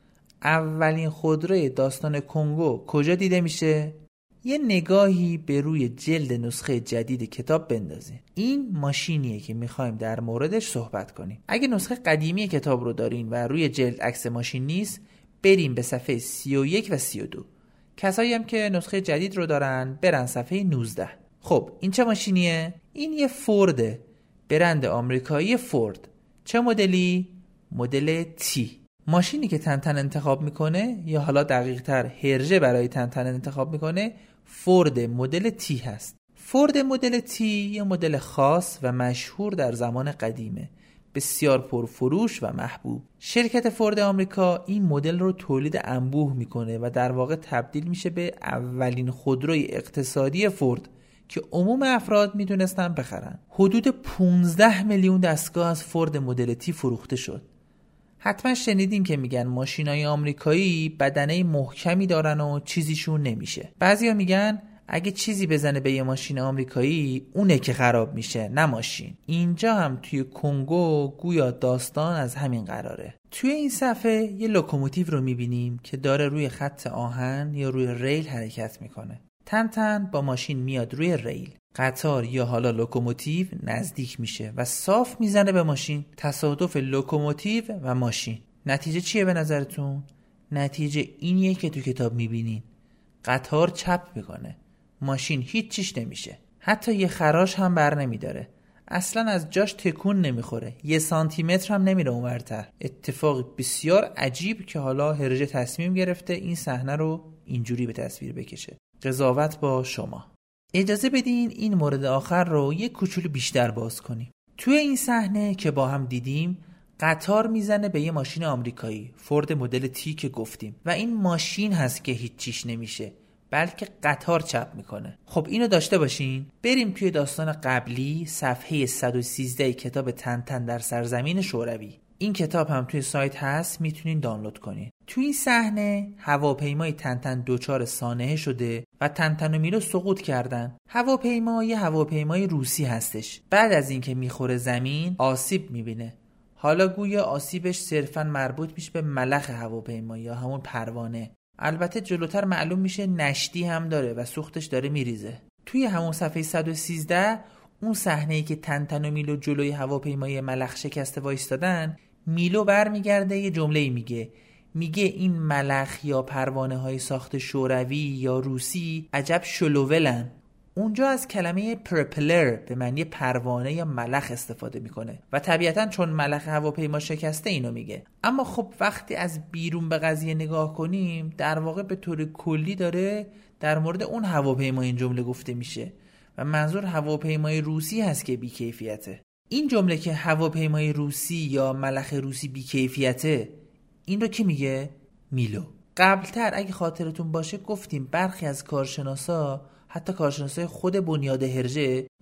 اولین خودروی داستان کنگو کجا دیده میشه؟ یه نگاهی به روی جلد نسخه جدید کتاب بندازیم. این ماشینیه که میخوایم در موردش صحبت کنیم. اگه نسخه قدیمی کتاب رو دارین و روی جلد عکس ماشین نیست، بریم به صفحه سی و یک و سی و دو. کسایی هم که نسخه جدید رو دارن برن صفحه نوزده. خب این چه ماشینیه؟ این یه فورده، برند آمریکایی فورد. چه مدلی؟ مدل تی. ماشینی که تنتن انتخاب میکنه، یا حالا دقیق تر هرژه برای تنتن انتخاب میکنه، فورد مدل تی هست. فورد مدل تی یه مدل خاص و مشهور در زمان قدیمه، بسیار پرفروش و محبوب. شرکت فورد آمریکا این مدل رو تولید انبوه میکنه و در واقع تبدیل میشه به اولین خودروی اقتصادی فورد که عموم افراد میتونستن بخرن. حدود پانزده میلیون دستگاه از فورد مدل تی فروخته شد. حتما شنیدین که میگن ماشینای آمریکایی بدنه محکمی دارن و چیزیشون نمیشه. بعضیا میگن اگه چیزی بزنه به یه ماشین آمریکایی اونه که خراب میشه، نه ماشین. اینجا هم توی کنگو گویا داستان از همین قراره. توی این صفحه یه لوکوموتیو رو میبینیم که داره روی خط آهن یا روی ریل حرکت میکنه. تنتن با ماشین میاد روی ریل. قطار یا حالا لوکوموتیو نزدیک میشه و صاف میزنه به ماشین. تصادف لوکوموتیو و ماشین. نتیجه چیه به نظرتون؟ نتیجه اینیه که تو کتاب میبینین. قطار چپ میکنه، ماشین هیچ چیش نمیشه، حتی یه خراش هم بر نمیداره، اصلا از جاش تکون نمیخوره، یه سانتی متر هم نمیره اونورتر. اتفاق بسیار عجیب که حالا هرژه تصمیم گرفته این صحنه رو اینجوری به تصویر بکشه. قضاوت با شما. اجازه بدین این مورد آخر رو یک کوچولو بیشتر باز کنیم. توی این صحنه که با هم دیدیم، قطار میزنه به یه ماشین آمریکایی، فورد مدل تی که گفتیم، و این ماشین هست که هیچ چیش نمیشه، بلکه قطار چپ میکنه. خب اینو داشته باشین. بریم توی داستان قبلی، صفحه صد و سیزده کتاب تنتن در سرزمین شوروی. این کتاب هم توی سایت هست، میتونین دانلود کنین. توی این صحنه هواپیمای تنتن دوچار سانحه شده و تنتن و میلو سقوط کردن. هواپیما یه هواپیمای روسی هستش. بعد از اینکه میخوره زمین آسیب میبینه. حالا گویا آسیبش صرفاً مربوط میشه به ملخ هواپیما یا همون پروانه. البته جلوتر معلوم میشه نشتی هم داره و سوختش داره میریزه. توی همون صفحه صد و سیزده اون صحنه‌ای که تنتن و میلو جلوی هواپیمای ملخ شکسته وایستادن، میلو برمیگرده یه جمله‌ای میگه میگه این ملخ یا پروانه های ساخت شوروی یا روسی عجب شلوولن. اونجا از کلمه پرپلر به معنی پروانه یا ملخ استفاده میکنه و طبیعتاً چون ملخ هواپیما شکسته اینو میگه. اما خب وقتی از بیرون به قضیه نگاه کنیم، در واقع به طور کلی داره در مورد اون هواپیما این جمله گفته میشه و منظور هواپیمای روسی هست که بیکیفیته. این جمله که هواپیمای روسی یا ملخ روسی بیکیفیته، این رو کی میگه؟ میلو. قبلتر اگه خاطرتون باشه گفتیم برخی از کارشناسا، حتی کارشناسای خود بنیاد هرژه،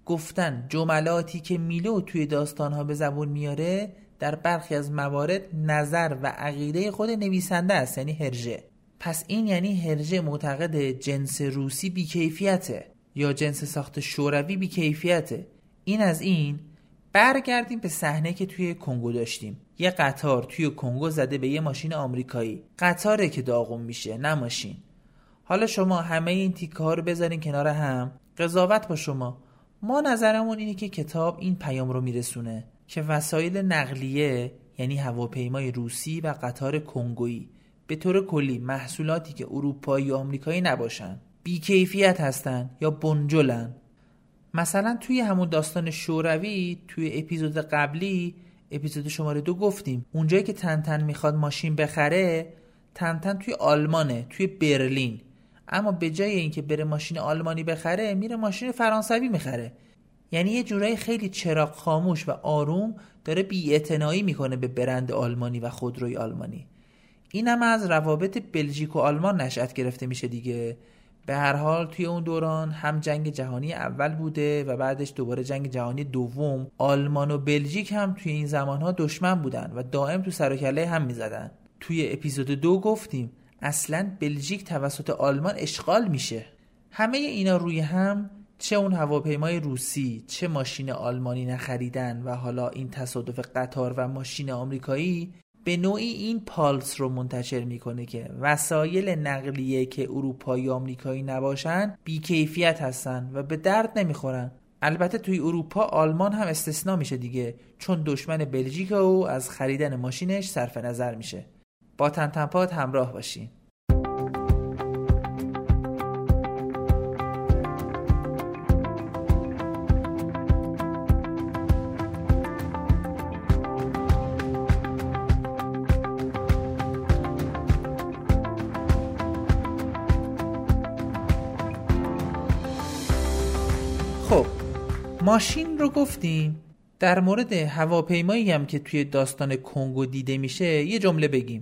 گفتن جملاتی که میلو توی داستانها به زبون میاره در برخی از موارد نظر و عقیده خود نویسنده است، یعنی هرژه. پس این یعنی هرژه معتقد جنس روسی بیکیفیته یا جنس ساخت شوروی بیکیفیته. این از این. برگردیم به صحنه که توی کنگو داشتیم. یه قطار توی کنگو زده به یه ماشین آمریکایی. قطاره که داغون میشه، نه ماشین. حالا شما همه این تیکه ها رو بذارین کنار هم، قضاوت با شما. ما نظرمون اینه که کتاب این پیام رو میرسونه که وسایل نقلیه، یعنی هواپیمای روسی و قطار کنگویی، به طور کلی محصولاتی که اروپایی و آمریکایی نباشن، بیکیفیت هستن یا بنجلن. مثلا توی همون داستان شوروی توی اپیزود قبلی، اپیزود شماره دو گفتیم اونجایی که تنتن میخواد ماشین بخره، تنتن توی آلمانه، توی برلین، اما به جای اینکه بره ماشین آلمانی بخره میره ماشین فرانسوی میخره. یعنی یه جورایی خیلی چراغ خاموش و آروم داره بی‌اعتنایی میکنه به برند آلمانی و خودروی آلمانی. این هم از روابط بلژیک و آلمان نشأت گرفته میشه دیگه. به هر حال توی اون دوران هم جنگ جهانی اول بوده و بعدش دوباره جنگ جهانی دوم. آلمان و بلژیک هم توی این زمانها دشمن بودن و دائم تو سر و کله هم میزدن. توی اپیزود دو گفتیم اصلاً بلژیک توسط آلمان اشغال میشه. همه اینا روی هم، چه اون هواپیمای روسی چه ماشین آلمانی نخریدن و حالا این تصادف قطار و ماشین آمریکایی، به نوعی این پالس رو منتشر میکنه که وسایل نقلیه که اروپایی و آمریکایی نباشن بیکیفیت هستن و به درد نمیخورن. البته توی اروپا آلمان هم استثنا میشه دیگه، چون دشمن بلژیک و از خریدن ماشینش صرف نظر میشه. با تنتنپاد همراه باشین. خب ماشین رو گفتیم. در مورد هواپیمایی هم که توی داستان کنگو دیده میشه یه جمله بگیم.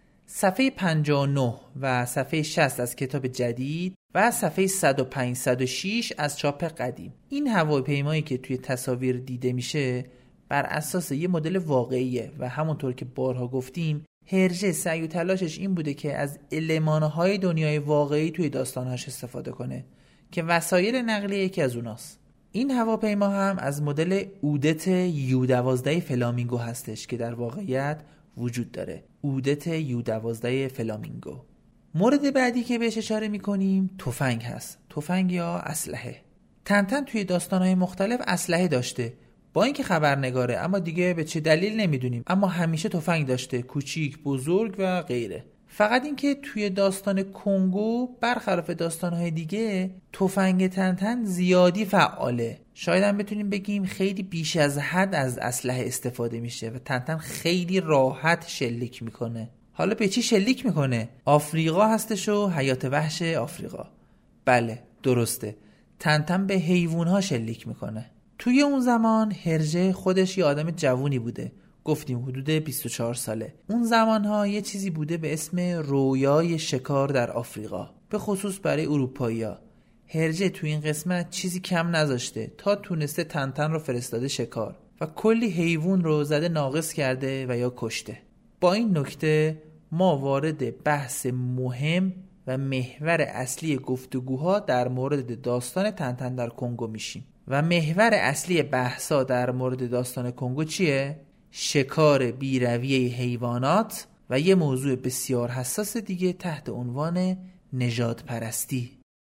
صفحه پنجاه و نه و صفحه شصت از کتاب جدید و صفحه صد و پنج صد و شش از چاپ قدیم. این هواپیمایی که توی تصاویر دیده میشه بر اساس یه مدل واقعیه و همونطور که بارها گفتیم هرژه سعی و تلاشش این بوده که از المان‌های دنیای واقعی توی داستانهاش استفاده کنه که وسایل نقلیه یکی از اوناست. این هواپیما هم از مدل اودت یو دوازده فلامینگو هستش که در واقعیت وجود داره. اودت یو دوازده فلامینگو. مورد بعدی که بهش اشاره میکنیم تفنگ هست. تفنگ یا اسلحه. تنتن توی داستانهای مختلف اسلحه داشته، با اینکه خبرنگاره، اما دیگه به چه دلیل نمیدونیم، اما همیشه تفنگ داشته، کوچیک، بزرگ و غیره. فقط اینکه توی داستان کنگو برخلاف داستانهای دیگه تفنگ تنتن زیادی فعاله. شاید هم بتونیم بگیم خیلی بیش از حد از اسلحه استفاده میشه و تنتن خیلی راحت شلیک میکنه. حالا به چی شلیک میکنه؟ آفریقا هستش و حیات وحش آفریقا. بله درسته، تنتن به حیوانها شلیک میکنه. توی اون زمان هرژه خودش یه آدم جوونی بوده، گفتیم حدود بیست و چهار ساله. اون زمانها یه چیزی بوده به اسم رویای شکار در آفریقا، به خصوص برای اروپایی‌ها. هرژه تو این قسمت چیزی کم نذاشته تا تونسته تنتن رو فرستاده شکار و کلی حیوان رو زده ناقص کرده و یا کشته. با این نکته ما وارد بحث مهم و محور اصلی گفتگوها در مورد داستان تنتن در کنگو میشیم. و محور اصلی بحثا در مورد داستان کنگو چیه؟ شکار بی‌رویه حیوانات و یه موضوع بسیار حساس دیگه تحت عنوان نژاد پرستی.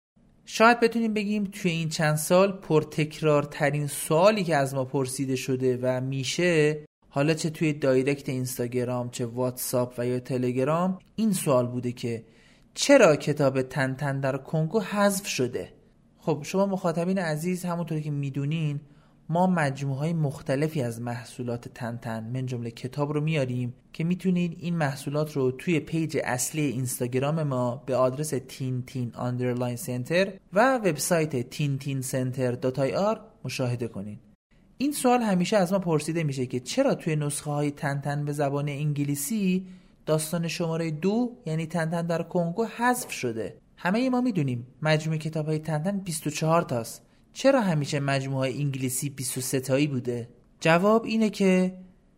شاید بتونیم بگیم توی این چند سال پرتکرارترین سوالی که از ما پرسیده شده و میشه، حالا چه توی دایرکت اینستاگرام چه واتساپ و یا تلگرام، این سوال بوده که چرا کتاب تنتن در کنگو حذف شده؟ خب شما مخاطبین عزیز همونطوری که میدونین ما مجموعهای مختلفی از محصولات تنتن من جمله کتاب رو میاریم که میتونید این محصولات رو توی پیج اصلی اینستاگرام ما به آدرس تین تین آندرلاین سنتر و وبسایت تین تین سنتر دات آی آر مشاهده کنین. این سوال همیشه از ما پرسیده میشه که چرا توی نسخه های تنتن به زبان انگلیسی داستان شماره دو یعنی تنتن در کنگو حذف شده. همه ای ما میدونیم مجموع کتاب های تنتن بیست و چهار تاست. چرا همیشه مجموعه انگلیسی بیست و سه تایی بوده؟ جواب اینه که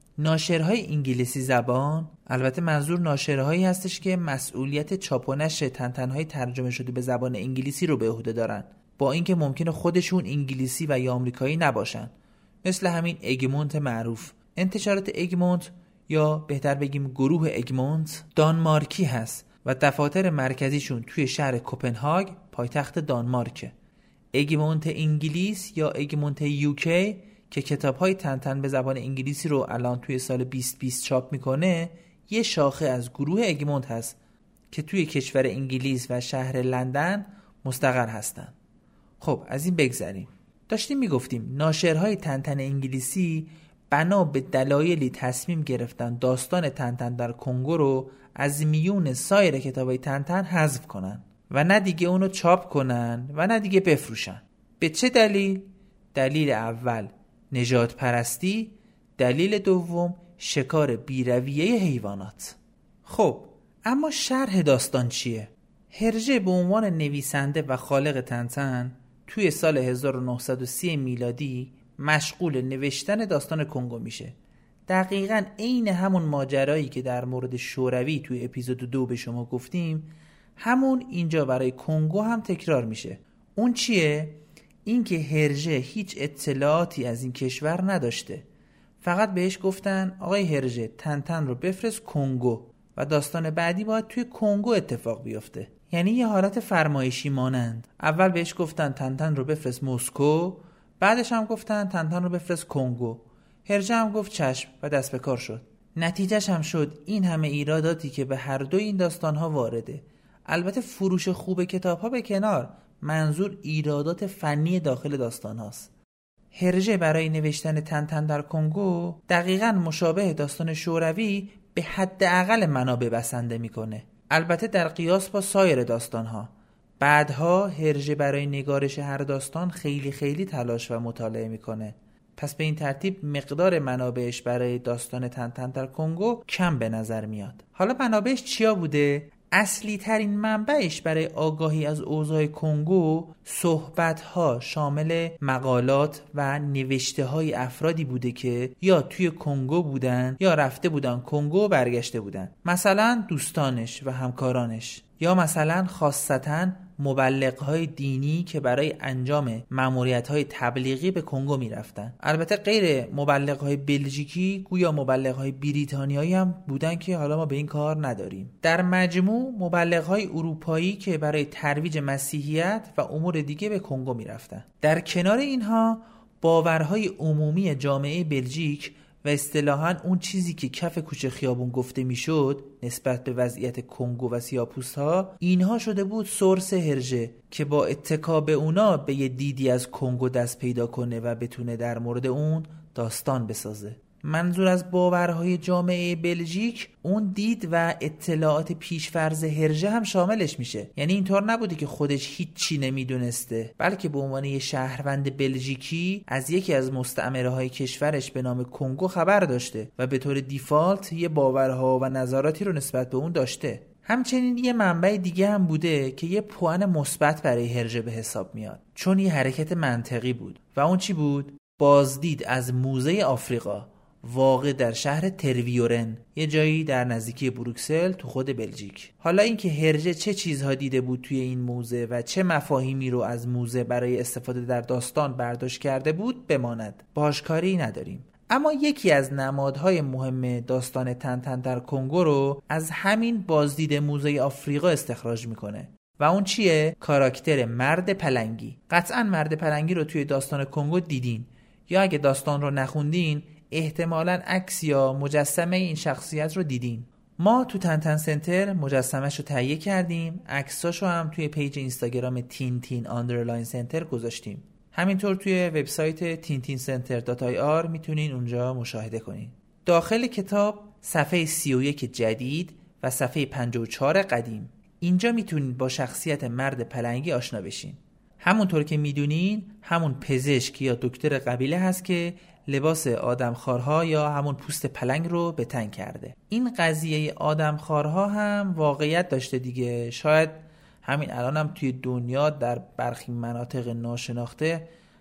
ناشرهای انگلیسی زبان، البته منظور ناشرهایی هستش که مسئولیت چاپ و نشر تنتنهای ترجمه شده به زبان انگلیسی رو به عهده دارن، با اینکه ممکنه خودشون انگلیسی و یا آمریکایی نباشن، مثل همین اگمونت معروف. انتشارات اگمونت یا بهتر بگیم گروه اگمونت دانمارکی هست و دفاتر مرکزیشون توی شهر کوپنهاگ پایتخت دانمارکه. اگمونت انگلیس یا اگمونت یوکی که کتاب‌های تنتن به زبان انگلیسی رو الان توی سال بیست بیست چاپ میکنه، یه شاخه از گروه اگمونت هست که توی کشور انگلیس و شهر لندن مستقر هستن. خب از این بگذریم. داشتیم میگفتیم ناشرهای تنتن انگلیسی بنا به دلایلی تصمیم گرفتن داستان تنتن در کنگو رو از میون سایر کتابای تنتن حذف کنن و نه دیگه اونو چاپ کنن و نه دیگه بفروشن. به چه دلیل؟ دلیل اول نژاد پرستی، دلیل دوم شکار بی‌رویه حیوانات. خب اما شرح داستان چیه؟ هرژه به عنوان نویسنده و خالق تنتن توی سال هزار و نهصد و سی میلادی مشغول نوشتن داستان کنگو میشه. دقیقاً عین همون ماجرایی که در مورد شوروی توی اپیزود دو به شما گفتیم، همون اینجا برای کنگو هم تکرار میشه. اون چیه؟ این که هرژه هیچ اطلاعاتی از این کشور نداشته. فقط بهش گفتن آقای هرژه تنتن رو بفرست کنگو و داستان بعدی باید توی کنگو اتفاق بیفته. یعنی یه حالت فرمایشی مانند. اول بهش گفتن تنتن رو بفرست مسکو، بعدش هم گفتن تنتن رو بفرست کنگو. هرژه هم گفت چشم و دست به کار شد. نتیجهش هم شد این همه ایراداتی که به هر دو این داستان‌ها وارده. البته فروش خوب کتاب‌ها به کنار، منظور ایرادات فنی داخل داستان هاست. هرژه برای نوشتن تنتن در کنگو دقیقاً مشابه داستان شوروی به حداقل منابع بسنده میکنه، البته در قیاس با سایر داستان ها. بعدها هرژه برای نگارش هر داستان خیلی خیلی تلاش و مطالعه میکنه، پس به این ترتیب مقدار منابعش برای داستان تنتن در کنگو کم به نظر میاد. حالا منابعش چیا بوده؟ اصلی ترین منبعش برای آگاهی از اوضاع کنگو صحبت‌ها شامل مقالات و نوشته‌های افرادی بوده که یا توی کنگو بودن یا رفته بودن کنگو و برگشته بودن، مثلا دوستانش و همکارانش، یا مثلا خاصتاً مبلغ‌های دینی که برای انجام مأموریت‌های تبلیغی به کنگو می‌رفتن. البته غیر مبلغ‌های بلژیکی گویا مبلغ‌های بریتانیایی هم بودن که حالا ما به این کار نداریم. در مجموع مبلغ‌های اروپایی که برای ترویج مسیحیت و امور دیگه به کنگو می‌رفتن. در کنار اینها باورهای عمومی جامعه بلژیک و اصطلاحاً اون چیزی که کف کوچه خیابون گفته میشد نسبت به وضعیت کنگو و سیاه‌پوست‌ها، اینها شده بود سورس هرژه که با اتکا به اونا به یه دیدی از کنگو دست پیدا کنه و بتونه در مورد اون داستان بسازه. منظور از باورهای جامعه بلژیک اون دید و اطلاعات پیشفرض هرژه هم شاملش میشه. یعنی اینطور نبوده که خودش هیچی نمیدونسته، بلکه به عنوان یه شهروند بلژیکی از یکی از مستعمره‌های کشورش به نام کنگو خبر داشته و به طور دیفالت یه باورها و نظراتی رو نسبت به اون داشته. همچنین یه منبع دیگه هم بوده که یه پوان مثبت برای هرژه به حساب میاد، چون یه حرکت منطقی بود. و اون چی بود؟ بازدید از موزه آفریقا واقع در شهر ترویورن، یه جایی در نزدیکی بروکسل تو خود بلژیک. حالا اینکه هرژه چه چیزها دیده بود توی این موزه و چه مفاهیمی رو از موزه برای استفاده در داستان برداشت کرده بود بماند، باهاش کاری نداریم. اما یکی از نمادهای مهم داستان تنتن در کنگو رو از همین بازدید موزه آفریقا استخراج میکنه و اون چیه؟ کاراکتر مرد پلنگی. قطعاً مرد پلنگی رو توی داستان کنگو دیدین، یا اگه داستان رو نخوندین احتمالاً عکس یا مجسمه این شخصیت رو دیدین. ما تو تنتن سنتر مجسمه‌شو تهیه کردیم، عکساشو هم توی پیج اینستاگرام تین تین آندرلاین سنتر گذاشتیم. همینطور توی وبسایت تین تین سنتر دات آی آر میتونین اونجا مشاهده کنین. داخل کتاب صفحه سی و یک جدید و صفحه پنجاه و چهار قدیم، اینجا میتونین با شخصیت مرد پلنگی آشنا بشین. همونطور که میدونین همون پزشک یا دکتر قبیله هست که لباس آدمخوارها یا همون پوست پلنگ رو به تن کرده. این قضیه آدمخوارها هم واقعیت داشته دیگه. شاید همین الان هم توی دنیا در برخی مناطق ناشناخته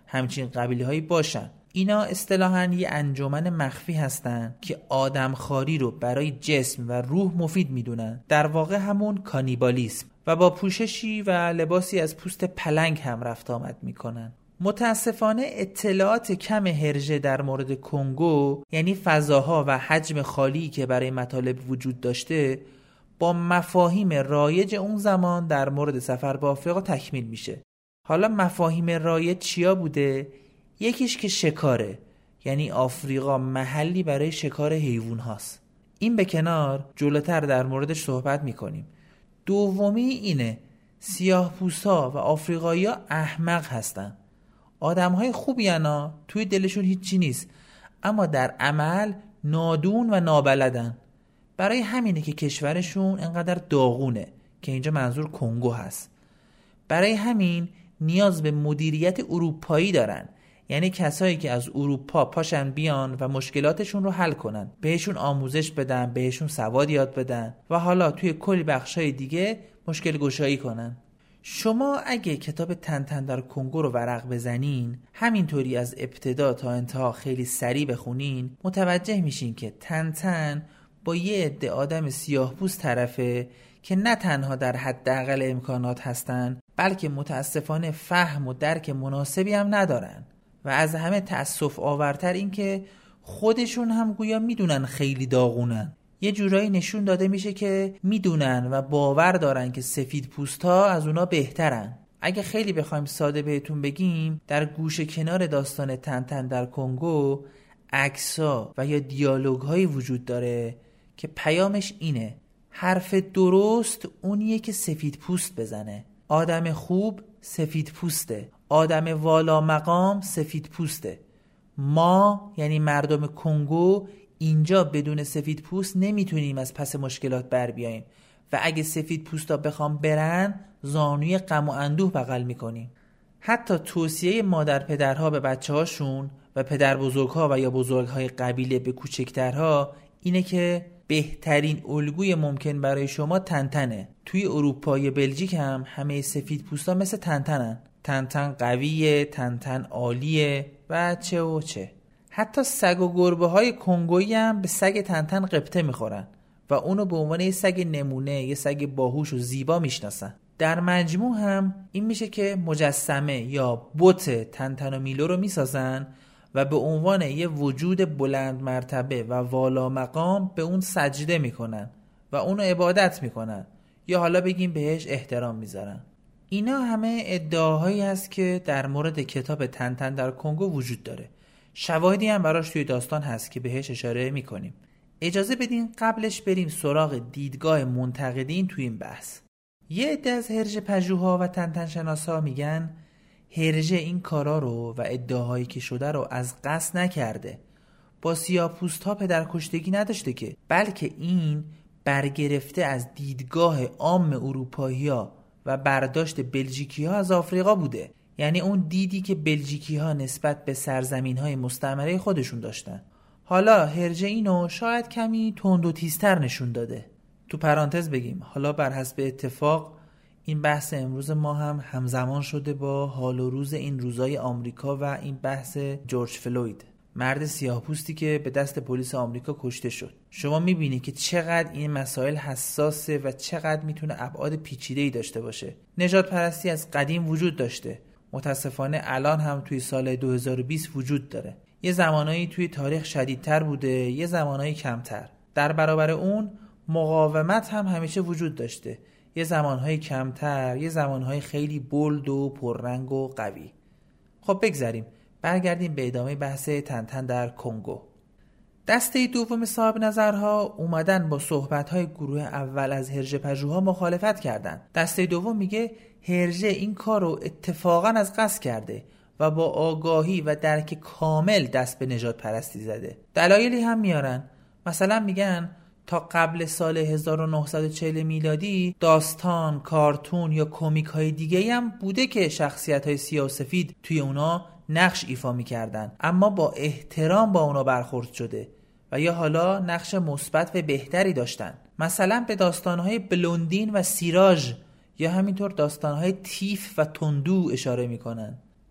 همچین قبیله هایی باشن. اینا اصطلاحاً یه انجمن مخفی هستن که آدمخواری رو برای جسم و روح مفید میدونن، در واقع همون کانیبالیسم، و با پوششی و لباسی از پوست پلنگ هم رفت آمد میکنن. متاسفانه اطلاعات کم هرژه در مورد کنگو، یعنی فضاها و حجم خالی که برای مطالب وجود داشته، با مفاهیم رایج اون زمان در مورد سفر به آفریقا تکمیل میشه. حالا مفاهیم رایج چیا بوده؟ یکیش که شکاره، یعنی آفریقا محلی برای شکار حیوان هاست. این به کنار، جلوتر در موردش صحبت میکنیم. دومی اینه سیاه پوستا و آفریقایی ها احمق هستن. آدم های خوبی هستن، توی دلشون هیچی نیست، اما در عمل نادون و نابلدن. برای همینه که کشورشون انقدر داغونه، که اینجا منظور کنگو هست. برای همین نیاز به مدیریت اروپایی دارن، یعنی کسایی که از اروپا پاشن بیان و مشکلاتشون رو حل کنن، بهشون آموزش بدن، بهشون سواد یاد بدن و حالا توی کلی بخشای دیگه مشکل گشایی کنن. شما اگه کتاب تنتن در کنگو رو ورق بزنین، همینطوری از ابتدا تا انتها خیلی سریع بخونین، متوجه میشین که تنتن با یه عده آدم سیاه پوست طرفه که نه تنها در حداقل امکانات هستن، بلکه متاسفانه فهم و درک مناسبی هم ندارن. و از همه تأسف آورتر این که خودشون هم گویا میدونن خیلی داغونن. یه جورایی نشون داده میشه که میدونن و باور دارن که سفید پوستا از اونا بهترن. اگه خیلی بخوایم ساده بهتون بگیم، در گوشه کنار داستان تنتن در کنگو عکس‌ها و یا دیالوگ‌هایی وجود داره که پیامش اینه: حرف درست اونیه که سفید پوست بزنه. آدم خوب سفید پوسته، آدم والا مقام سفید پوسته. ما یعنی مردم کنگو اینجا بدون سفید پوست نمیتونیم از پس مشکلات بر بیاییم و اگه سفید پوستا بخوام برن، زانوی غم و اندوه بغل میکنیم. حتی توصیه مادر پدرها به بچه هاشون و پدر بزرگها و یا بزرگهای قبیله به کوچکترها اینه که بهترین الگوی ممکن برای شما تنتنه. توی اروپای بلژیک هم همه سفید پوستا مثل تنتنن. تنتن قویه، تنتن عالیه و چه و چه. حتی سگ و گربه های کنگویی هم به سگ تنتن قبطه میخورن و اونو به عنوان یه سگ نمونه، یه سگ باهوش و زیبا میشناسن. در مجموع هم این میشه که مجسمه یا بت تنتن و میلو رو میسازن و به عنوان یه وجود بلند مرتبه و والا مقام به اون سجده میکنن و اونو عبادت میکنن، یا حالا بگیم بهش احترام میذارن. اینا همه ادعاهایی هست که در مورد کتاب تنتن در کنگو وجود داره. شواهدی هم براش توی داستان هست که بهش اشاره میکنیم. اجازه بدین قبلش بریم سراغ دیدگاه منتقدین توی این بحث. یه عده از هرژه پژوها و تنتن شناسا میگن هرژه این کارا رو و ادعاهایی که شده رو از قصد نکرده. با سیاه‌پوست ها پدرکشتگی نداشته که، بلکه این برگرفته از دیدگاه عام اروپایی ها و برداشت بلژیکی ها از آفریقا بوده. یعنی اون دیدی که بلژیکی ها نسبت به سرزمین های مستعمره خودشون داشتن. حالا هرژه اینو شاید کمی تند و تیزتر نشون داده. تو پرانتز بگیم حالا بر حسب اتفاق این بحث امروز ما هم همزمان شده با حال و روز این روزای آمریکا و این بحث جورج فلوید، مرد سیاه‌پوستی که به دست پلیس آمریکا کشته شد. شما میبینی که چقدر این مسائل حساسه و چقدر میتونه ابعاد پیچیده‌ای داشته باشه. نژاد پرستی از قدیم وجود داشته، متاسفانه الان هم توی سال دو هزار و بیست وجود داره. یه زمانایی توی تاریخ شدیدتر بوده، یه زمانایی کمتر. در برابر اون مقاومت هم همیشه وجود داشته، یه زمانهای کمتر، یه زمانهای خیلی بولد و پررنگ و قوی. خب بگذاریم، برگردیم به ادامه بحث تنتن در کنگو. دسته دوم صاحب نظرها اومدن با صحبت‌های گروه اول از هرژه پژوها مخالفت کردن. دسته دوم میگه هرژه این کار رو اتفاقا از قصد کرده و با آگاهی و درک کامل دست به نژاد پرستی زده. دلایلی هم میارن، مثلا میگن تا قبل سال هزار و نهصد و چهل میلادی داستان، کارتون یا کمیک های دیگه هم بوده که شخصیت های سیاه و سفید توی اونا نقش ایفا میکردن، اما با احترام با اونا برخورد شده و یا حالا نقش مثبت و بهتری داشتن. مثلا به داستان های بلوندین و سیراژ یا همینطور داستان های تیف و تندو اشاره میکنن.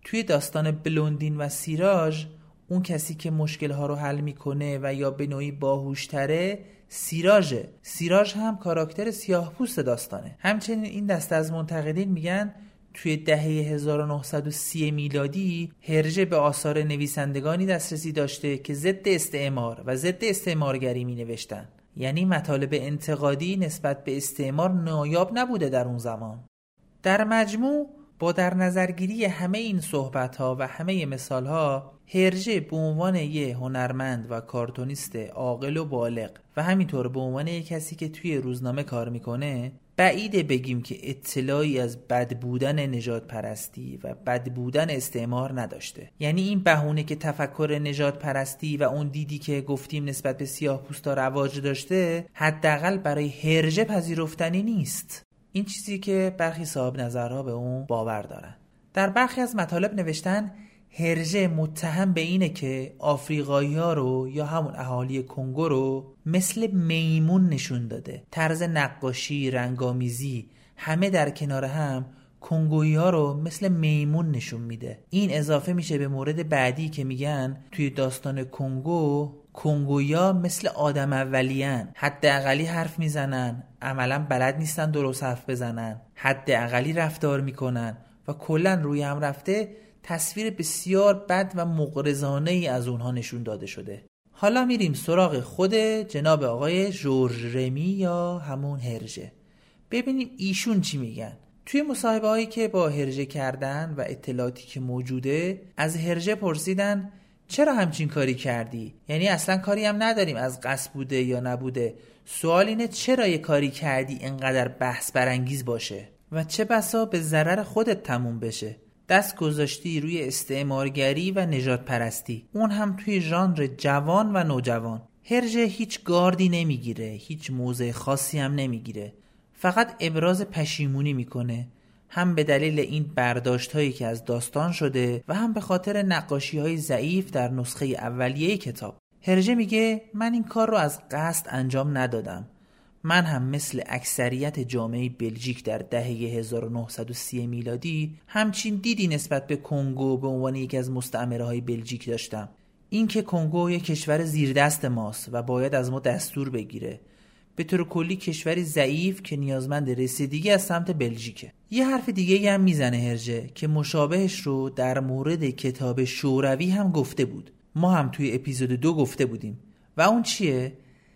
توی داستان بلوندین و سیراژ اون کسی که مشکل‌ها رو حل میکنه و یا به نوعی باهوش‌تره سیراژه. سیراژ هم کاراکتر سیاه‌پوست داستانه. همچنین این دسته از منتقدین میگن توی دهه هزار و نهصد و سی میلادی هرژه به آثار نویسندگانی دسترسی داشته که ضد استعمار و ضد استعمارگری می نوشتن. یعنی مطالب انتقادی نسبت به استعمار نایاب نبوده در اون زمان. در مجموع با در نظرگیری همه این صحبت‌ها و همه مثال‌ها، هرژه به عنوان یه هنرمند و کارتونیست عاقل و بالغ و همینطور به عنوان یه کسی که توی روزنامه کار میکنه، بعیده بگیم که اطلاعی از بد بودن نژاد پرستی و بد بودن استعمار نداشته. یعنی این بهونه که تفکر نژاد پرستی و اون دیدی که گفتیم نسبت به سیاه‌پوستا رواج داشته، حداقل برای هرژه پذیرفتنی نیست. این چیزی که برخی صاحب نظرها به اون باور دارن. در برخی از مطالب نوشتن هرژه متهم به اینه که آفریقایی‌ها رو یا همون اهالی کنگو رو مثل میمون نشون داده. طرز نقاشی، رنگامیزی، همه در کنار هم کنگویی‌ها رو مثل میمون نشون میده. این اضافه میشه به مورد بعدی که میگن توی داستان کنگو کنگویی‌ها مثل آدم اولیان، حداقلی حرف میزنن، عملاً بلد نیستن درست حرف بزنن، حداقلی رفتار میکنن و کلاً روی هم رفته تصویر بسیار بد و مغرضانه ای از اونها نشون داده شده. حالا میریم سراغ خود جناب آقای ژورژ رمی یا همون هرژه. ببینیم ایشون چی میگن. توی مصاحبه هایی که با هرژه کردن و اطلاعاتی که موجوده، از هرژه پرسیدن چرا همچین کاری کردی؟ یعنی اصلا کاری هم نداریم از قصد بوده یا نبوده. سوال اینه چرا یه کاری کردی اینقدر بحث برانگیز باشه و چه بسا به ضرر خودت تموم بشه. دست گذاشتی روی استعمارگری و نژاد پرستی، اون هم توی ژانر جوان و نوجوان. هرژه هیچ گاردی نمیگیره، هیچ موضع خاصی هم نمیگیره، فقط ابراز پشیمونی میکنه، هم به دلیل این برداشت هایی که از داستان شده و هم به خاطر نقاشی های ضعیف در نسخه اولیه کتاب. هرژه میگه من این کار رو از قصد انجام ندادم. من هم مثل اکثریت جامعه بلژیک در دهه هزار و نهصد و سی میلادی همچین دیدی نسبت به کنگو به عنوان یکی از مستعمره های بلژیک داشتم. این که کنگو یک کشور زیردست ماست و باید از ما دستور بگیره. به طور کلی کشوری ضعیف که نیازمند رسیدگی از سمت بلژیکه. یه حرف دیگه هم میزنه هرژه که مشابهش رو در مورد کتاب شوروی هم گفته بود. ما هم توی اپیزود دو گفته بودیم. و اون چیه؟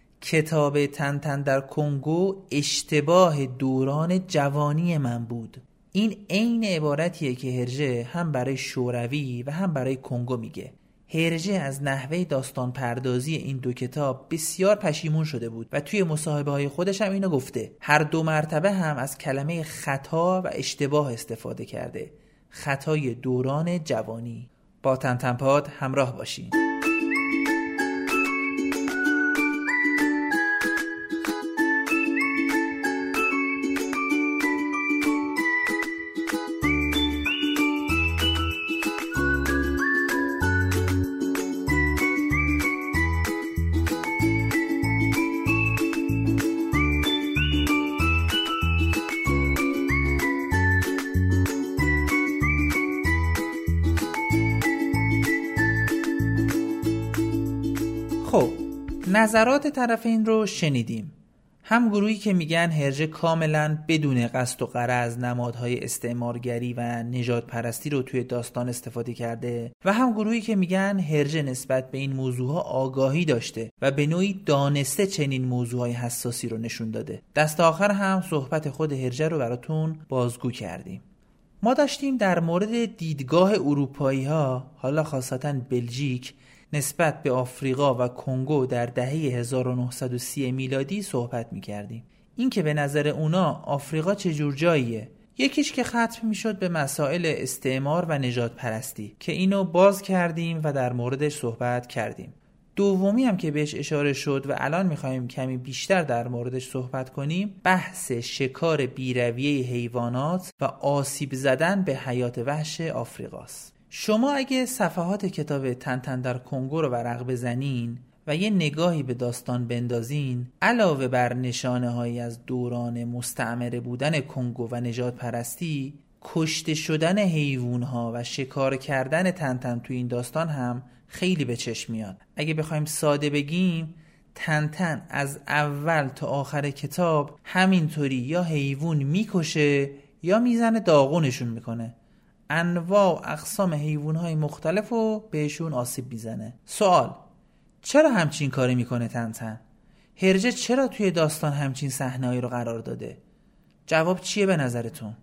کتاب تن تن در کنگو اشتباه دوران جوانی من بود. این عین عبارتیه که هرژه هم برای شوروی و هم برای کنگو میگه. هرژه از نحوه داستان پردازی این دو کتاب بسیار پشیمون شده بود و توی مصاحبه های خودش هم اینو گفته. هر دو مرتبه هم از کلمه خطا و اشتباه استفاده کرده. خطای دوران جوانی. با تن تن پاد همراه باشین. خب نظرات طرفین رو شنیدیم. هم گروهی که میگن هرژه کاملا بدون قصد و غرض نمادهای استعمارگری و نژاد پرستی رو توی داستان استفاده کرده و هم گروهی که میگن هرژه نسبت به این موضوعها آگاهی داشته و به نوعی دانسته چنین موضوعهای حساسی رو نشون داده. دست آخر هم صحبت خود هرژه رو براتون بازگو کردیم. ما داشتیم در مورد دیدگاه اروپایی ها، حالا خاصتا بلژیک، نسبت به آفریقا و کنگو در دهه هزار و نهصد و سی میلادی صحبت می کردیم. این که به نظر اونا آفریقا چه جور جاییه؟ یکیش که ختم می شد به مسائل استعمار و نژاد پرستی که اینو باز کردیم و در موردش صحبت کردیم. دومی هم که بهش اشاره شد و الان می خواهیم کمی بیشتر در موردش صحبت کنیم، بحث شکار بی‌رویه حیوانات و آسیب زدن به حیات وحش آفریقاست. شما اگه صفحات کتاب تن تن در کنگو رو ورق بزنین و یه نگاهی به داستان بندازین، علاوه بر نشانه هایی از دوران مستعمره بودن کنگو و نژاد پرستی، کشته شدن حیوان‌ها و شکار کردن تنتن تو این داستان هم خیلی به چشم میاد. اگه بخوایم ساده بگیم، تنتن از اول تا آخر کتاب همینطوری یا حیوان میکشه یا میزنه داغونشون میکنه. انواع و اقسام حیوان‌های مختلف رو بهشون آسیب میزنه. سوال: چرا همچین کاری میکنه تنتن؟ هرجه چرا توی داستان همچین صحنه‌ای رو قرار داده؟ جواب چیه به نظرتون؟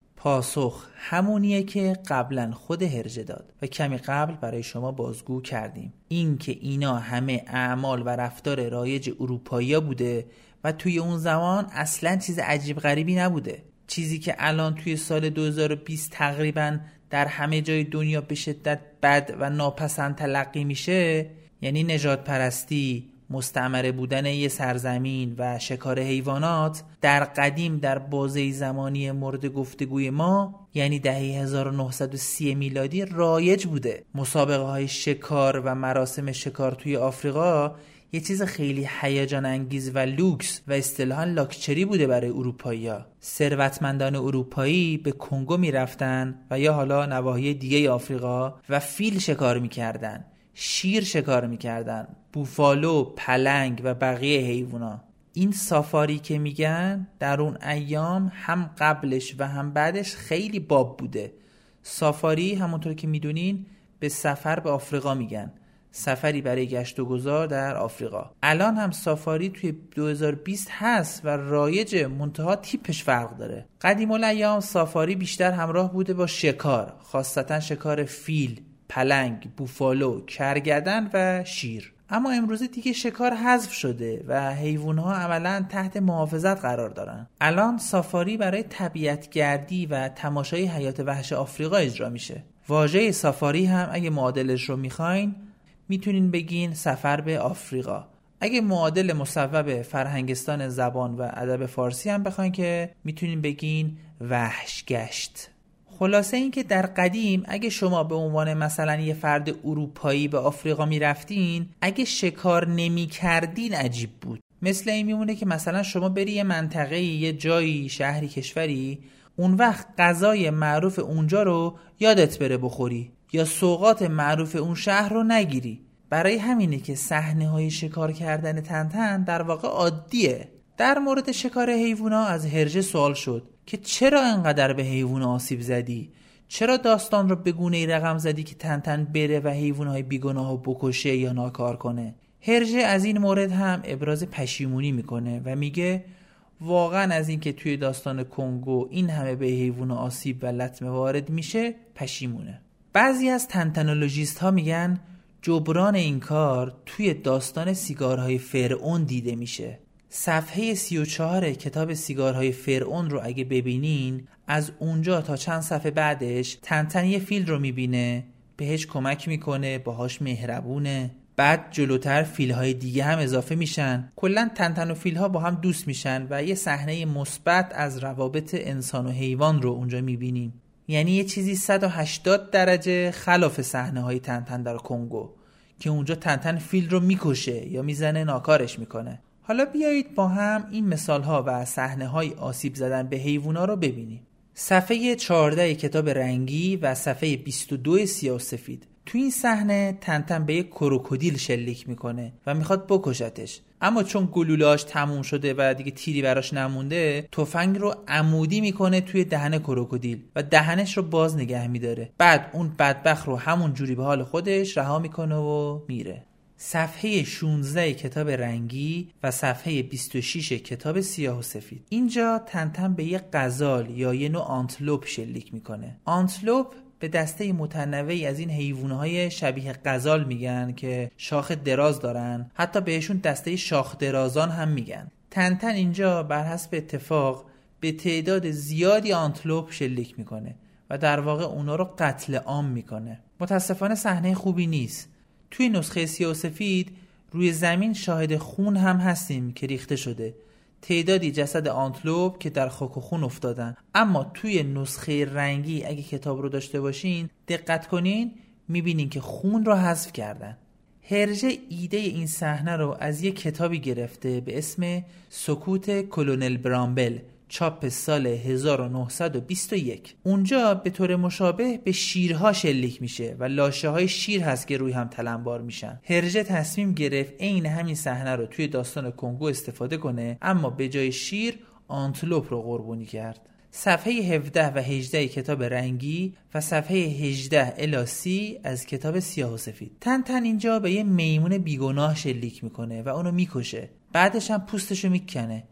پاسخ همونیه که قبلا خود هرجه داد و کمی قبل برای شما بازگو کردیم. این که اینا همه اعمال و رفتار رایج اروپایی‌ها بوده و توی اون زمان اصلا چیز عجیب غریبی نبوده. چیزی که الان توی سال دو هزار و بیست تقریبا در همه جای دنیا به شدت بد و ناپسند تلقی میشه، یعنی نژاد پرستی، مستعمره بودن یه سرزمین و شکار حیوانات، در قدیم در بازه زمانی مورد گفتگوی ما یعنی دهه هزار و نهصد و سی میلادی رایج بوده. مسابقه های شکار و مراسم شکار توی آفریقا یه چیز خیلی هیجان انگیز و لوکس و اصطلاحاً لاکچری بوده برای اروپایی‌ها. ثروتمندان اروپایی به کنگو میرفتن و یا حالا نواحی دیگه آفریقا و فیل شکار میکردن، شیر شکار میکردن، بوفالو، پلنگ و بقیه حیوونا. این سافاری که میگن در اون ایام هم قبلش و هم بعدش خیلی باب بوده. سافاری همونطور که میدونین به سفر به آفریقا میگن، سفری برای گشت و گذار در آفریقا. الان هم سافاری توی دو هزار و بیست هست و رایجه، منتها تیپش فرق داره. قدیم الایام سافاری بیشتر همراه بوده با شکار، خاصتا شکار فیل، پلنگ، بوفالو، کرگدن و شیر. اما امروزه دیگه شکار حذف شده و حیوان‌ها عملاً تحت محافظت قرار دارن. الان سافاری برای طبیعت‌گردی و تماشای حیات وحش آفریقا اجرا میشه. واژه سافاری هم اگه معادلش رو میخواین میتونین بگین سفر به آفریقا. اگه معادل مصوب فرهنگستان زبان و ادب فارسی هم بخواین که میتونین بگین وحش گشت. خلاصه این که در قدیم اگه شما به عنوان مثلا یه فرد اروپایی به آفریقا میرفتین، اگه شکار نمی کردین عجیب بود. مثل این میمونه که مثلا شما بری یه منطقه، یه جایی، شهری، کشوری، اون وقت غذای معروف اونجا رو یادت بره بخوری یا سوغات معروف اون شهر رو نگیری. برای همینه که صحنه‌های شکار کردن تنتن در واقع عادیه. در مورد شکار حیوونا از هرجه سوال شد که چرا انقدر به حیوونا آسیب زدی؟ چرا داستان رو به گونه‌ای رقم زدی که تنتن بره و حیوان‌های بیگناهو بکشه یا ناکار کنه؟ هرجه از این مورد هم ابراز پشیمونی میکنه و میگه واقعا از این که توی داستان کنگو این همه به حیوونا آسیب و لطمه وارد میشه پشیمونه. بعضی از تنتنولوژیست ها میگن جبران این کار توی داستان سیگارهای فرعون دیده میشه. صفحه سی و چهار کتاب سیگارهای فرعون رو اگه ببینین، از اونجا تا چند صفحه بعدش تنتن یه فیل رو میبینه، بهش کمک میکنه، باهاش مهربونه. بعد جلوتر فیلهای دیگه هم اضافه میشن. کلا تنتن و فیلها با هم دوست میشن و یه صحنه مثبت از روابط انسان و حیوان رو اونجا میبینیم. یعنی یه چیزی صد و هشتاد درجه خلاف صحنه‌های تنتن در کنگو که اونجا تنتن فیل رو میکشه یا میزنه ناکارش میکنه. حالا بیایید با هم این مثالها و صحنه‌های آسیب زدن به حیوونا رو ببینیم. صفحه چهارده کتاب رنگی و صفحه بیست و دو سیاه و سفید. تو این صحنه تنتن به یک کروکودیل شلیک میکنه و میخواد بکشتش، اما چون گلوله‌اش تموم شده و دیگه تیری براش نمونده، تفنگ رو عمودی میکنه توی دهن کروکودیل و دهنش رو باز نگه میداره. بعد اون بدبخت رو همون جوری به حال خودش رها میکنه و میره. صفحه شانزده کتاب رنگی و صفحه بیست و شش کتاب سیاه و سفید. اینجا تنتن به یک غزال یا یه نوع آنتلوپ شلیک میکنه. آنتلوپ به دسته متنوعی از این حیوانات شبیه غزال میگن که شاخ دراز دارن، حتی بهشون دسته شاخ درازان هم میگن. تنتن اینجا بر حسب اتفاق به تعداد زیادی آنتلوپ شلیک میکنه و در واقع اونا رو قتل عام میکنه. متاسفانه صحنه خوبی نیست. توی نسخه سیاه و سفید روی زمین شاهد خون هم هستیم که ریخته شده، تعدادی جسد آنتلوپ که در خاک و خون افتادن. اما توی نسخه رنگی اگه کتاب رو داشته باشین دقت کنین میبینین که خون رو حذف کردن. هرجه ایده این صحنه رو از یک کتابی گرفته به اسم سکوت کلونل برامبل، چاپ سال هزار و نهصد و بیست و یک. اونجا به طور مشابه به شیرها شلیک میشه و لاشه های شیر هست که روی هم تلمبار میشن. هرژه تصمیم گرفت عین همین صحنه رو توی داستان کنگو استفاده کنه، اما به جای شیر آنتلوپ رو قربانی کرد. صفحه هفده و هجده کتاب رنگی و صفحه هجده الی سی از کتاب سیاه و سفید. تنتن اینجا به یه میمون بیگناه شلیک میکنه و اونو میکشه. بعدش هم پوستشو میکنه.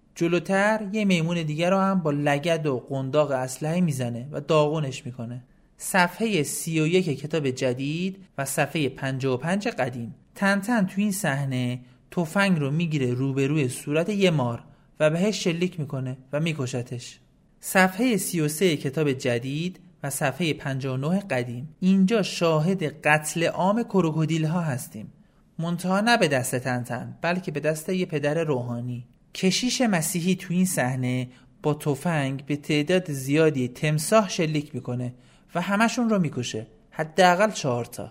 جلوتر یه میمون دیگر رو هم با لگد و قنداق اسلحه میزنه و داغونش میکنه. صفحه سی و یک کتاب جدید و صفحه پنجاه و پنج قدیم. تنتن تو این صحنه تفنگ رو میگیره روبروی صورت یه مار و بهش شلیک میکنه و میکشتش. صفحه سی و سه کتاب جدید و صفحه پنجاه و نه قدیم. اینجا شاهد قتل عام کروکودیل ها هستیم، منتها نه به دست تنتن بلکه به دست یه پدر روحانی. کشیش مسیحی تو این صحنه با تفنگ به تعداد زیادی تمساح شلیک میکنه و همشون رو میکشه، حداقل چهار تا.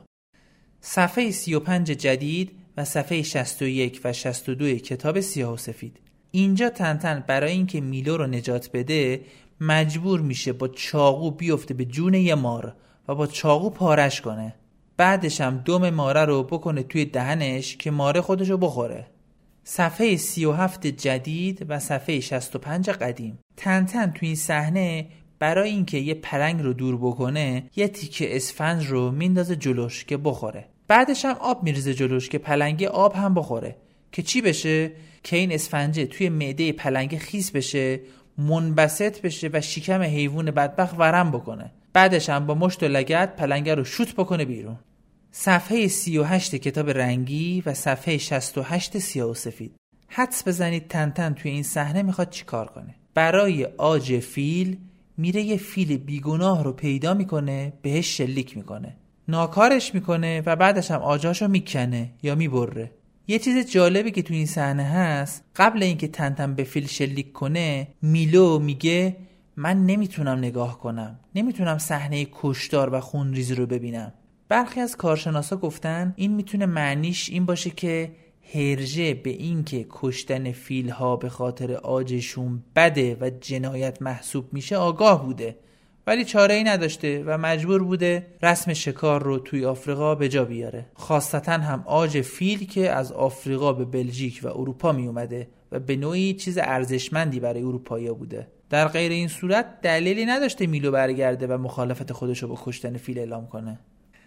صفحه سی و پنج جدید و صفحه شصت و یک و شصت و دو کتاب سیاه و سفید. اینجا تنتن برای اینکه میلو رو نجات بده مجبور میشه با چاقو بیفته به جون یه مار و با چاقو پارش کنه. بعدش هم دم ماره رو بکنه توی دهنش که ماره خودشو بخوره. صفحه سی و هفت جدید و صفحه شصت و پنج قدیم. تنتن توی این صحنه برای اینکه یه پلنگ رو دور بکنه یه تیکه اسفنج رو میندازه جلوش که بخوره. بعدش هم آب میریزه جلوش که پلنگ آب هم بخوره که چی بشه؟ که این اسفنجه توی معده پلنگ خیس بشه، منبسط بشه و شکم حیوان بدبخت ورم بکنه. بعدش هم با مشت و لگد پلنگ رو شوت بکنه بیرون. صفحه سی و هشت کتاب رنگی و صفحه شصت و هشت سیاه و سفید. حدس بزنید تنتن توی این صحنه میخواد چی کار کنه. برای عاج فیل میره یه فیل بیگناه رو پیدا میکنه، بهش شلیک میکنه، ناکارش میکنه و بعدش هم عاجاشو میکنه یا میبره. یه چیز جالبی که توی این صحنه هست، قبل اینکه تنتن به فیل شلیک کنه میلو میگه من نمیتونم نگاه کنم، نمیتونم صحنه کشتار و خونریزی رو ببینم. برخی از کارشناسا گفتن این میتونه معنیش این باشه که هرژه به این که کشتن فیل‌ها به خاطر عاجشون بده و جنایت محسوب میشه آگاه بوده، ولی چاره‌ای نداشته و مجبور بوده رسم شکار رو توی آفریقا به جا بیاره، خاصتاً هم عاج فیل که از آفریقا به بلژیک و اروپا می اومده و به نوعی چیز ارزشمندی برای اروپایی‌ها بوده. در غیر این صورت دلیلی نداشته میلو برگرده و مخالفت خودش رو با کشتن فیل اعلام کنه.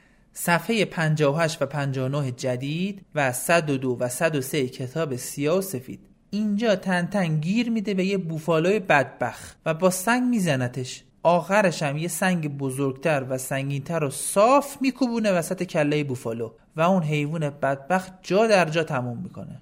صفحه پنجاه و هشت و پنجاه و نه جدید و صد و دو و صد و سه کتاب سیاه و سفید. اینجا تنتن گیر میده به یه بوفالوی بدبخت و با سنگ میزنتش. آخرش هم یه سنگ بزرگتر و سنگینتر رو صاف میکوبونه وسط کله بوفالو و اون حیوان بدبخت جا در جا تموم میکنه.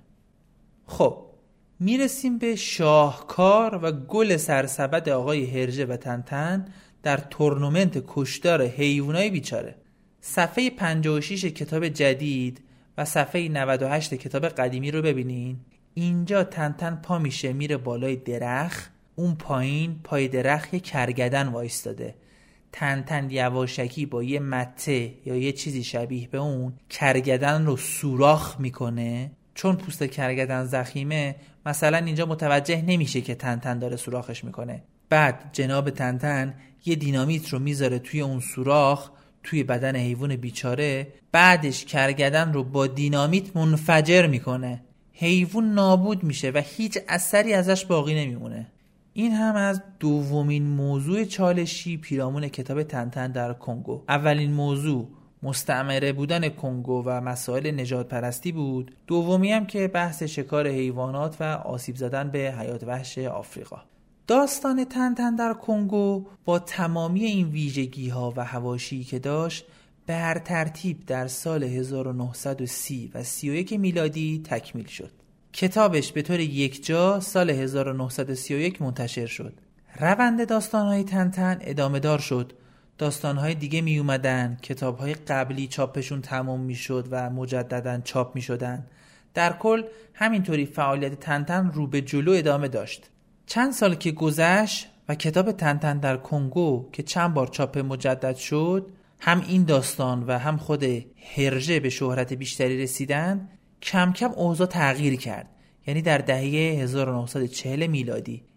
خب میرسیم به شاهکار و گل سرسبد آقای هرژه و تنتن در تورنمنت کشتار حیوانای بیچاره. صفحه پنجاه و شش کتاب جدید و صفحه نود و هشت کتاب قدیمی رو ببینین. اینجا تنتن پا میشه میره بالای درخت، اون پایین پای درخت یه کرگدن وایستاده. تنتن یواشکی با یه مته یا یه چیزی شبیه به اون کرگدن رو سوراخ میکنه. چون پوست کرگدن زخیمه مثلا اینجا متوجه نمیشه که تنتن داره سوراخش میکنه. بعد جناب تنتن یه دینامیت رو میذاره توی اون سوراخ توی بدن حیوان بیچاره. بعدش کرگدن رو با دینامیت منفجر میکنه. حیوان نابود میشه و هیچ اثری ازش باقی نمیمونه. این هم از دومین موضوع چالشی پیرامون کتاب تنتن در کنگو. اولین موضوع مستعمره بودن کنگو و مسائل نجات پرستی بود. دومی هم که بحث شکار حیوانات و آسیب زدن به حیات وحش آفریقا. داستان تنتن در کنگو با تمامی این ویژگی ها و حواشی که داشت به هر ترتیب در سال هزار و نهصد و سی و سی و یک میلادی تکمیل شد. کتابش به طور یکجا سال هزار و نهصد و سی و یک منتشر شد. روند داستان‌های تنتن ادامه دار شد. داستان‌های دیگه می اومدن، کتاب‌های قبلی چاپشون تمام می شد و مجدداً چاپ می شدن. در کل همینطوری فعالیت تنتن رو به جلو ادامه داشت. چند سال که گذشت و کتاب تنتن در کنگو که چند بار چاپ مجدد شد، هم این داستان و هم خود هرژه به شهرت بیشتری رسیدن، کم کم اوضاع تغییر کرد. یعنی در دهه هزار و نهصد و چهل میلادی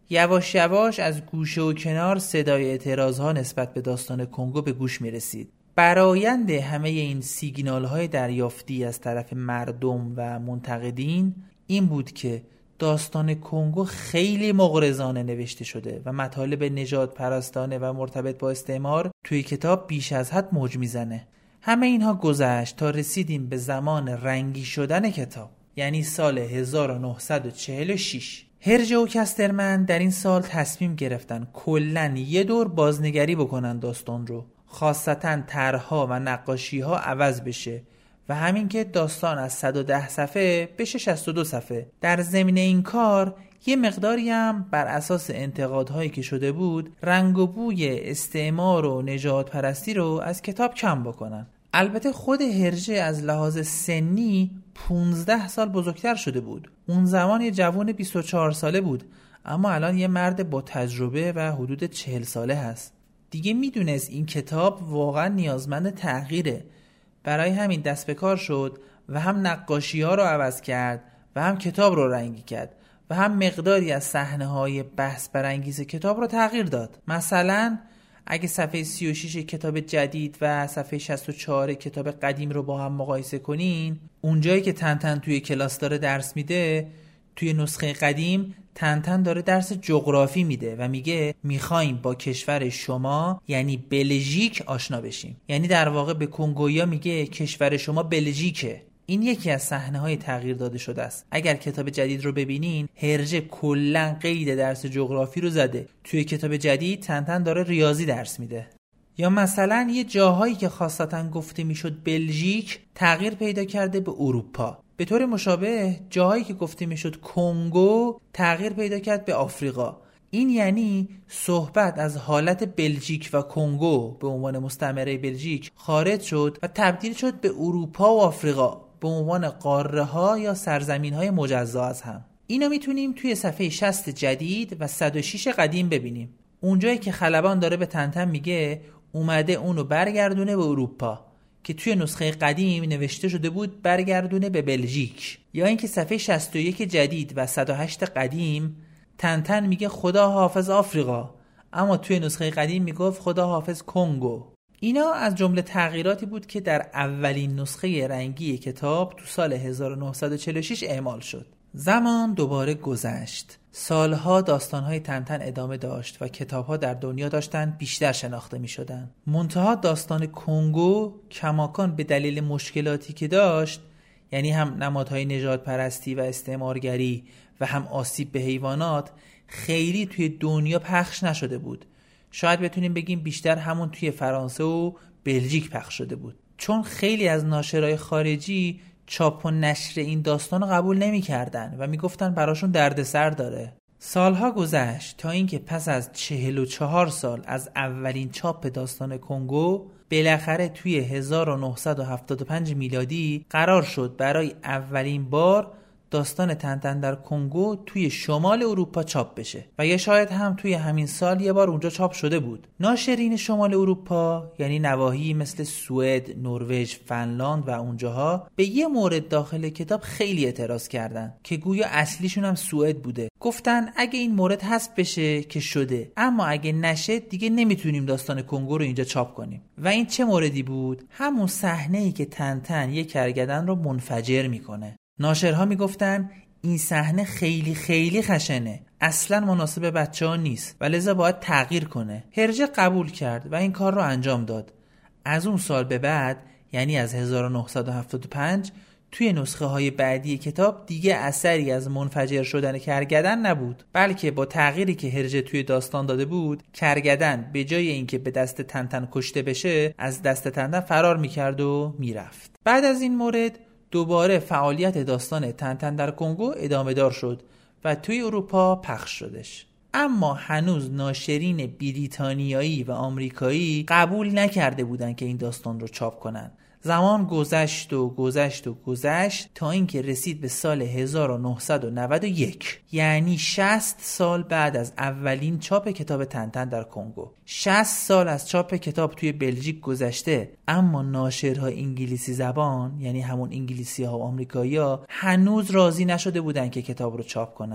یواش یواش از گوشه و کنار صدای اعتراضها نسبت به داستان کنگو به گوش می رسید. برآیند همه این سیگنال های دریافتی از طرف مردم و منتقدین این بود که داستان کنگو خیلی مغرضانه نوشته شده و مطالب نژاد پرستانه و مرتبط با استعمار توی کتاب بیش از حد موج میزنه. همه اینها گذشت تا رسیدیم به زمان رنگی شدن کتاب، یعنی سال هزار و نهصد و چهل و شش. هرژه و کسترمن در این سال تصمیم گرفتن کلاً یه دور بازنگری بکنن داستان رو، خاصتاً طرح‌ها و نقاشی‌ها عوض بشه و همین که داستان از صد و ده صفحه بشه شصت و دو صفحه. در ضمن این کار یه مقداری هم بر اساس انتقادهایی که شده بود رنگ و بوی استعمار و نژاد پرستی رو از کتاب کم بکنن. البته خود هرژه از لحاظ سنی پونزده سال بزرگتر شده بود. اون زمان یه جوان بیست و چهار ساله بود، اما الان یه مرد با تجربه و حدود چهل ساله هست. دیگه میدونست این کتاب واقعا نیازمند تغییره. برای همین دست به کار شد و هم نقاشی ها رو عوض کرد و هم کتاب رو رنگی کرد و هم مقداری از صحنه های بحث برانگیز کتاب رو تغییر داد. مثلا اگه صفحه سی و شش کتاب جدید و صفحه شصت و چهار کتاب قدیم رو با هم مقایسه کنین، اونجایی که تنتن توی کلاس داره درس میده، توی نسخه قدیم تنتن داره درس جغرافی میده و میگه میخوایم با کشور شما یعنی بلژیک آشنا بشیم. یعنی در واقع به کنگویا میگه کشور شما بلژیکه. این یکی از صحنه‌های تغییر داده شده است. اگر کتاب جدید رو ببینین، هرژه کلاً قید درس جغرافی رو زده. توی کتاب جدید تنتن داره ریاضی درس میده. یا مثلا یه جاهایی که خاصتاً گفته میشد بلژیک تغییر پیدا کرده به اروپا. به طور مشابه جاهایی که گفته میشد کنگو تغییر پیدا کرد به آفریقا. این یعنی صحبت از حالت بلژیک و کنگو به عنوان مستعمره بلژیک خارج شد و تبدیل شد به اروپا و آفریقا به عنوان قاره ها یا سرزمین های مجزا از هم. اینو میتونیم توی صفحه شصت جدید و صد و شش قدیم ببینیم. اونجایی که خلبان داره به تنتن میگه اومده اونو برگردونه به اروپا، که توی نسخه قدیم نوشته شده بود برگردونه به بلژیک. یا اینکه صفحه شصت و یک جدید و صد و هشت قدیم تنتن میگه خدا حافظ آفریقا، اما توی نسخه قدیم میگفت خدا حافظ کنگو. اینا از جمله تغییراتی بود که در اولین نسخه رنگی کتاب تو سال هزار و نهصد و چهل و شش اعمال شد. زمان دوباره گذشت. سالها داستانهای تنتن ادامه داشت و کتابها در دنیا داشتن بیشتر شناخته می شدن. منتها داستان کنگو کماکان به دلیل مشکلاتی که داشت، یعنی هم نمادهای نژاد پرستی و استعمارگری و هم آسیب به حیوانات، خیلی توی دنیا پخش نشده بود. شاید بتونیم بگیم بیشتر همون توی فرانسه و بلژیک پخش شده بود، چون خیلی از ناشرای خارجی چاپ و نشر این داستان رو قبول نمی کردن و می گفتن براشون دردسر داره. سالها گذشت تا اینکه پس از چهل و چهار سال از اولین چاپ داستان کنگو بالاخره توی هزار و نهصد و هفتاد و پنج میلادی قرار شد برای اولین بار داستان تنتن در کنگو توی شمال اروپا چاپ بشه و یا شاید هم توی همین سال یه بار اونجا چاپ شده بود. ناشرین شمال اروپا یعنی نواحی مثل سوئد، نروژ، فنلاند و اونجاها به یه مورد داخل کتاب خیلی اعتراض کردن که گویا اصلیشون هم سوئد بوده. گفتن اگه این مورد حذف بشه که شده، اما اگه نشه دیگه نمیتونیم داستان کنگو رو اینجا چاپ کنیم. و این چه موردی بود؟ همون صحنه‌ای که تنتن یک کرگدن رو منفجر میکنه. ناشرها میگفتن این صحنه خیلی خیلی خشنه، اصلا مناسب بچه ها نیست و لذا باید تغییر کنه. هرژه قبول کرد و این کار رو انجام داد. از اون سال به بعد، یعنی از هزار و نهصد و هفتاد و پنج، توی نسخه های بعدی کتاب دیگه اثری از منفجر شدن کرگدن نبود، بلکه با تغییری که هرژه توی داستان داده بود، کرگدن به جای اینکه به دست تنتن کشته بشه، از دست تنتن فرار میکرد و میرفت. بعد از این مورد دوباره فعالیت داستان تنتن در کنگو ادامه دار شد و توی اروپا پخش شدش. اما هنوز ناشرین بریتانیایی و آمریکایی قبول نکرده بودن که این داستان رو چاپ کنن. زمان گذشت و گذشت و گذشت تا اینکه رسید به سال هزار و نهصد و نود و یک، یعنی شصت سال بعد از اولین چاپ کتاب تنتن در کنگو. شصت سال از چاپ کتاب توی بلژیک گذشته، اما ناشرهای انگلیسی زبان، یعنی همون انگلیسی ها و آمریکایی ها، هنوز راضی نشده بودن که کتاب رو چاپ کنن.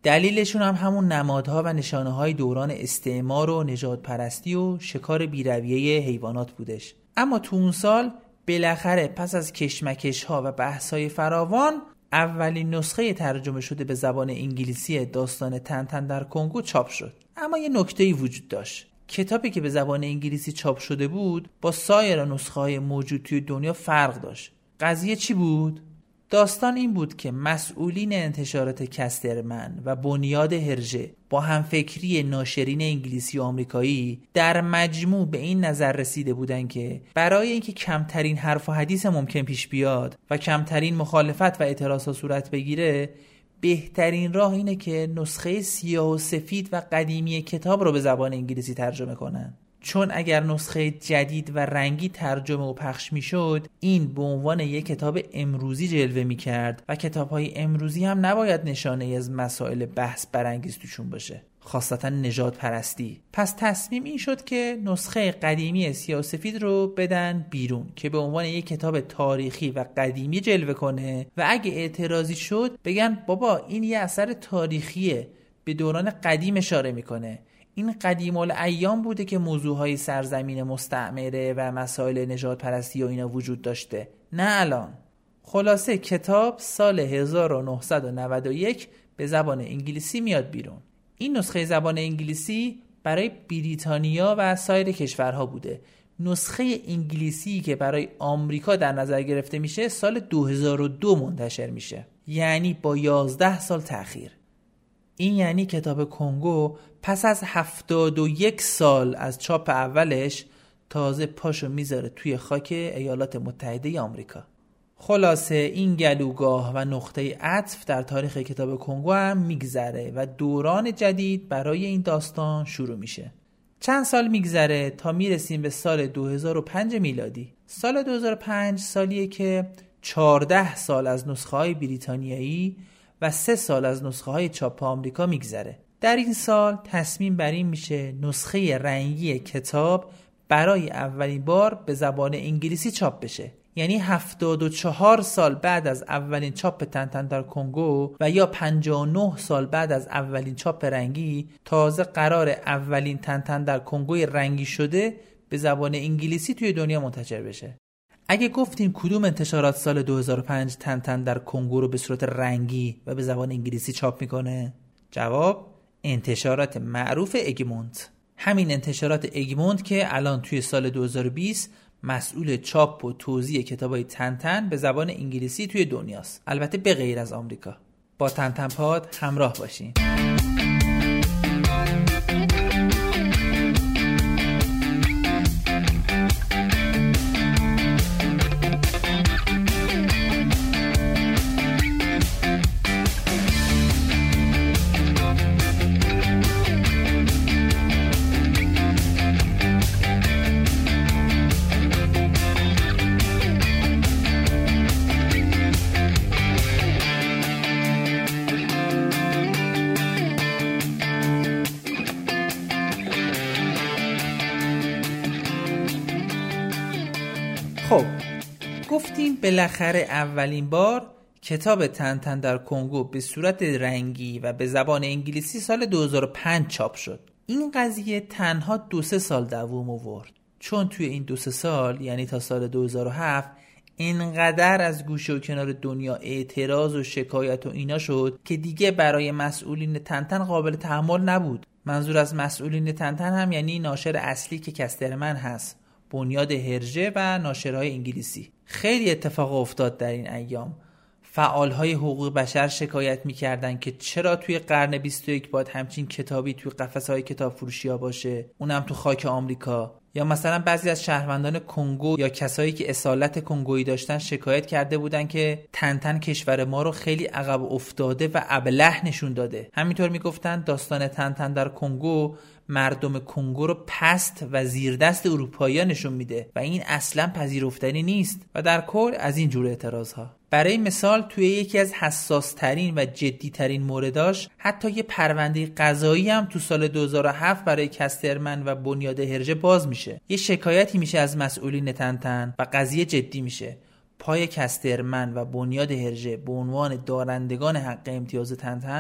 دلیلشون هم همون نمادها و نشانه‌های دوران استعمار و نژادپرستی و شکار بی‌رویه حیوانات بودش. اما تو اون سال بالاخره پس از کشمکش‌ها و بحث‌های فراوان اولین نسخه ترجمه شده به زبان انگلیسی داستان تنتن در کنگو چاپ شد. اما یه نکته‌ای وجود داشت. کتابی که به زبان انگلیسی چاپ شده بود با سایر نسخه‌های موجود توی دنیا فرق داشت. قضیه چی بود؟ داستان این بود که مسئولین انتشارات کسترمن و بنیاد هرژه با همفکری ناشرین انگلیسی و آمریکایی در مجموع به این نظر رسیده بودند که برای اینکه کمترین حرف و حدیث ممکن پیش بیاد و کمترین مخالفت و اعتراض صورت بگیره، بهترین راه اینه که نسخه سیاه و سفید و قدیمی کتاب رو به زبان انگلیسی ترجمه کنن. چون اگر نسخه جدید و رنگی ترجمه و پخش می شد، این به عنوان یک کتاب امروزی جلوه می کرد و کتاب‌های امروزی هم نباید نشانه از مسائل بحث برانگیز توشون باشه، خاصتا نژادپرستی. پس تصمیم این شد که نسخه قدیمی سیاه و سفید رو بدن بیرون که به عنوان یک کتاب تاریخی و قدیمی جلوه کنه و اگه اعتراضی شد بگن بابا این یه اثر تاریخیه، به دوران قدیم اشاره میکنه، این قدیم الایام بوده که موضوعهای سرزمین مستعمره و مسائل نژادپرستی و اینا وجود داشته، نه الان. خلاصه کتاب سال هزار و نهصد و نود و یک به زبان انگلیسی میاد بیرون. این نسخه زبان انگلیسی برای بریتانیا و سایر کشورها بوده. نسخه انگلیسی که برای آمریکا در نظر گرفته میشه سال دو هزار و دو منتشر میشه، یعنی با یازده سال تأخیر. این یعنی کتاب کنگو پس از هفتاد و یک سال از چاپ اولش تازه پاشو میذاره توی خاک ایالات متحده آمریکا. خلاصه این گلوگاه و نقطه عطف در تاریخ کتاب کنگو هم میگذره و دوران جدید برای این داستان شروع میشه. چند سال میگذره تا میرسیم به سال دو هزار و پنج میلادی. سال دو هزار و پنج سالیه که چهارده سال از نسخه های بریتانیایی و سه سال از نسخه های چاپ آمریکا میگذره. در این سال تصمیم بر این میشه نسخه رنگی کتاب برای اولین بار به زبان انگلیسی چاپ بشه. یعنی هفتاد و چهار سال بعد از اولین چاپ تنتن در کنگو و یا پنجاه و نه سال بعد از اولین چاپ رنگی تازه قرار اولین تنتن در کنگوی رنگی شده به زبان انگلیسی توی دنیا منتشر بشه. اگه گفتیم کدوم انتشارات سال دو هزار و پنج تنتن در کنگو رو به صورت رنگی و به زبان انگلیسی چاپ میکنه؟ جواب انتشارات معروف اگمونت. همین انتشارات اگمونت که الان توی سال دو هزار و بیست مسئول چاپ و توزیع کتابای تنتن به زبان انگلیسی توی دنیاست، البته به غیر از آمریکا. با تنتن پاد همراه باشین. خب گفتیم بالاخره اولین بار کتاب تنتن در کنگو به صورت رنگی و به زبان انگلیسی سال دو هزار و پنج چاپ شد. این قضیه تنها دو سه سال دوام آورد، چون توی این دو سه سال یعنی تا سال دو هزار و هفت اینقدر از گوشه و کنار دنیا اعتراض و شکایت و اینا شد که دیگه برای مسئولین تنتن قابل تحمل نبود. منظور از مسئولین تنتن هم یعنی ناشر اصلی که کسترمن هست، بنیاد هرژه و ناشرهای انگلیسی. خیلی اتفاق افتاد در این ایام. فعالهای حقوق بشر شکایت می‌کردند که چرا توی قرن بیست و یک باید همچین کتابی توی قفس‌های کتاب فروشی‌ها باشه، اونم تو خاک آمریکا. یا مثلا بعضی از شهروندان کنگو یا کسایی که اصالت کنگویی داشتن شکایت کرده بودن که تنتن کشور ما رو خیلی عقب افتاده و ابله نشون داده. همینطور میگفتن داستان تنتن در کنگو مردم کنگو رو پست و زیردست اروپایی‌ها نشون میده و این اصلا پذیرفتنی نیست و در کل از این جور اعتراضها. برای مثال توی یکی از حساس ترین و جدی ترین مورداش حتی یه پرونده قضایی هم تو سال دو هزار و هفت برای کسترمن و بنیاد هرژه باز میشه. یه شکایتی میشه از مسئولین تنتن و قضیه جدی میشه. پای کسترمن و بنیاد هرژه به عنوان دارندگان حق امتیاز تنتن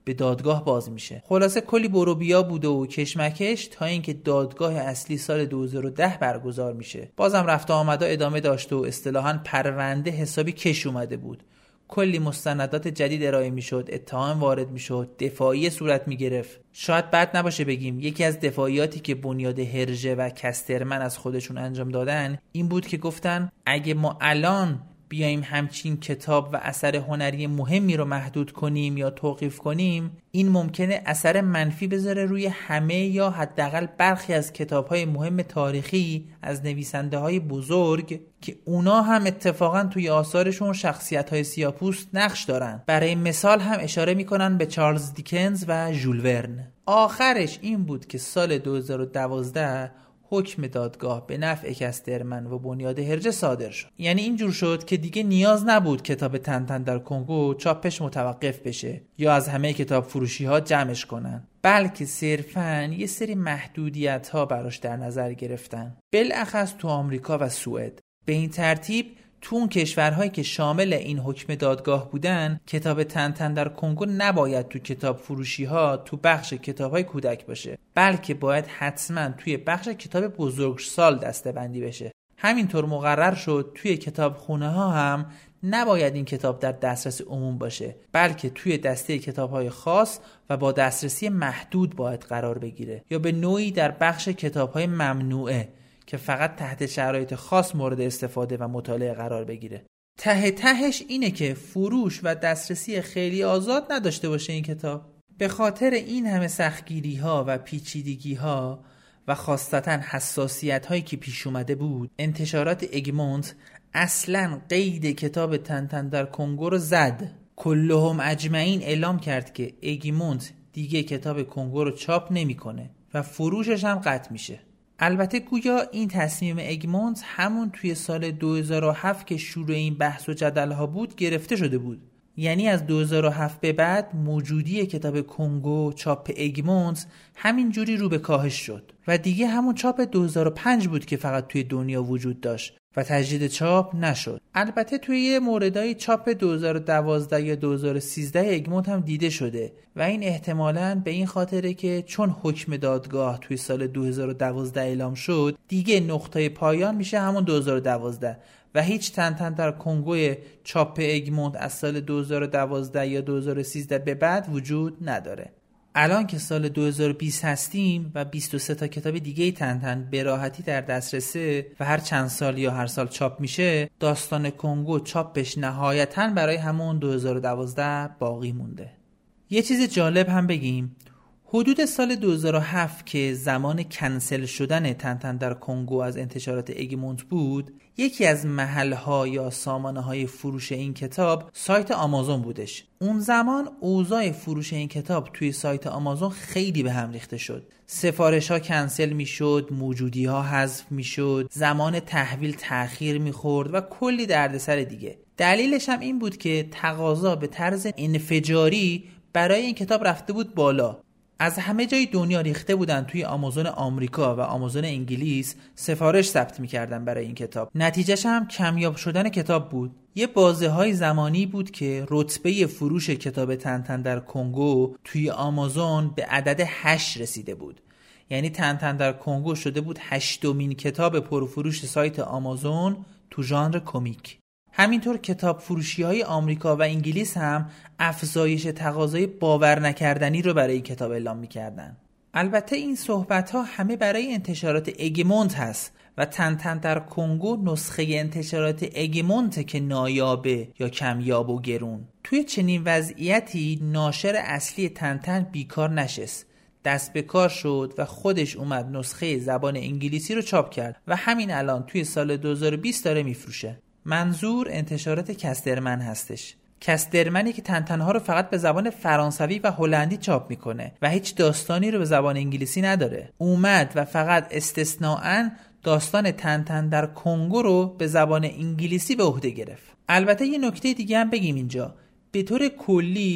به دادگاه باز میشه. خلاصه کلی برو بیا بوده و کشمکش تا اینکه دادگاه اصلی سال دو هزار و ده برگزار میشه. بازم رفت و آمدا ادامه داشته و اصطلاحاً پرونده حسابی کش اومده بود. کلی مستندات جدید ارائه میشد، اتهام وارد میشد، دفاعی صورت میگرفت. شاید بد نباشه بگیم یکی از دفاعیاتی که بنیاد هرژه و کسترمن از خودشون انجام دادن این بود که گفتن اگه ما الان بیایم همچین کتاب و اثر هنری مهمی رو محدود کنیم یا توقیف کنیم، این ممکنه اثر منفی بذاره روی همه یا حداقل برخی از کتاب‌های مهم تاریخی از نویسنده‌های بزرگ که اونا هم اتفاقا توی آثارشون شخصیت‌های سیاه‌پوست نقش دارن. برای مثال هم اشاره می‌کنن به چارلز دیکنز و ژول ورن. آخرش این بود که سال دو هزار و دوازده حکم دادگاه به نفع کسترمن و بنیاد هرژه صادر شد. یعنی اینجور شد که دیگه نیاز نبود کتاب تنتن در کنگو چاپش متوقف بشه یا از همه کتاب فروشی ها جمعش کنن، بلکه صرفاً یه سری محدودیت ها براش در نظر گرفتن، بالاخص تو آمریکا و سوئد. به این ترتیب تو اون کشورهایی که شامل این حکم دادگاه بودن کتاب تنتن در کنگو نباید تو کتاب فروشی ها تو بخش کتاب های کودک باشه، بلکه باید حتما توی بخش کتاب بزرگسال دسته بندی بشه. همینطور مقرر شد توی کتاب خونه ها هم نباید این کتاب در دسترس عموم باشه، بلکه توی دسته کتاب های خاص و با دسترسی محدود باید قرار بگیره یا به نوعی در بخش کتاب های ممنوعه که فقط تحت شرایط خاص مورد استفاده و مطالعه قرار بگیره. ته تهش اینه که فروش و دسترسی خیلی آزاد نداشته باشه این کتاب. به خاطر این همه سختگیری ها و پیچیدگی ها و خاصتاً حساسیت هایی که پیش اومده بود، انتشارات اگمونت اصلاً قید کتاب تنتن در کنگو رو زد. کلهم اجمعین اعلام کرد که اگمونت دیگه کتاب کنگو رو چاپ نمیکنه و فروشش هم قطع میشه. البته گویا این تصمیم اگمونت همون توی سال دو هزار و هفت که شروع این بحث و جدل ها بود گرفته شده بود. یعنی از دو هزار و هفت به بعد موجودی کتاب کنگو چاپ اگمونت همین جوری رو به کاهش شد و دیگه همون چاپ دو هزار و پنج بود که فقط توی دنیا وجود داشت و تجدید چاپ نشد. البته توی یه موردای چاپ دو هزار و دوازده یا دو هزار و سیزده اگمونت هم دیده شده و این احتمالاً به این خاطره که چون حکم دادگاه توی سال دو هزار و دوازده اعلام شد دیگه نقطه پایان میشه همون دو هزار و دوازده و هیچ تنتن در کنگوی چاپ اگمونت از سال دو هزار و دوازده یا دو هزار و سیزده به بعد وجود نداره. الان که سال دو هزار و بیست هستیم و بیست و سه تا کتاب دیگه تنتن به راحتی در دسترسه و هر چند سال یا هر سال چاپ میشه، داستان کنگو چاپش نهایتاً برای همون دو هزار و دوازده باقی مونده. یه چیز جالب هم بگیم، حدود سال دو هزار و هفت که زمان کنسل شدن تنتن در کنگو از انتشارات اگمونت بود، یکی از محل‌ها یا سامانه‌های فروش این کتاب سایت آمازون بودش. اون زمان اوضاع فروش این کتاب توی سایت آمازون خیلی به هم ریخته شد. سفارش‌ها کنسل می‌شد، موجودی‌ها حذف می‌شد، زمان تحویل تأخیر می‌خورد و کلی دردسر دیگه. دلیلش هم این بود که تقاضا به طرز انفجاری برای این کتاب رفته بود بالا. از همه جای دنیا ریخته بودن توی آمازون آمریکا و آمازون انگلیس سفارش ثبت می‌کردن برای این کتاب. نتیجهش هم کمیاب شدن کتاب بود. یه بازه‌های زمانی بود که رتبه فروش کتاب تنتن در کنگو توی آمازون به عدد هشت رسیده بود. یعنی تنتن در کنگو شده بود هشتمین کتاب پرفروش سایت آمازون تو ژانر کمیک. همینطور کتاب فروشی های آمریکا و انگلیس هم افزایش تقاضای باور نکردنی رو برای کتاب اعلام می‌کردن. البته این صحبت ها همه برای انتشارات اگمونت هست و تنتن در کنگو نسخه انتشارات اگمونت که نایابه یا کمیاب و گرون. توی چنین وضعیتی ناشر اصلی تنتن بیکار نشست، دست به کار شد و خودش اومد نسخه زبان انگلیسی رو چاپ کرد و همین الان توی سال دو هزار و بیست داره میفروشه. منظور انتشارات کسترمن هستش. کسترمنی که تنتنها رو فقط به زبان فرانسوی و هلندی چاپ میکنه و هیچ داستانی رو به زبان انگلیسی نداره. اومد و فقط استثناءً داستان تنتن در کنگو رو به زبان انگلیسی به عهده گرفت. البته یه نکته دیگه هم بگیم اینجا. به طور کلی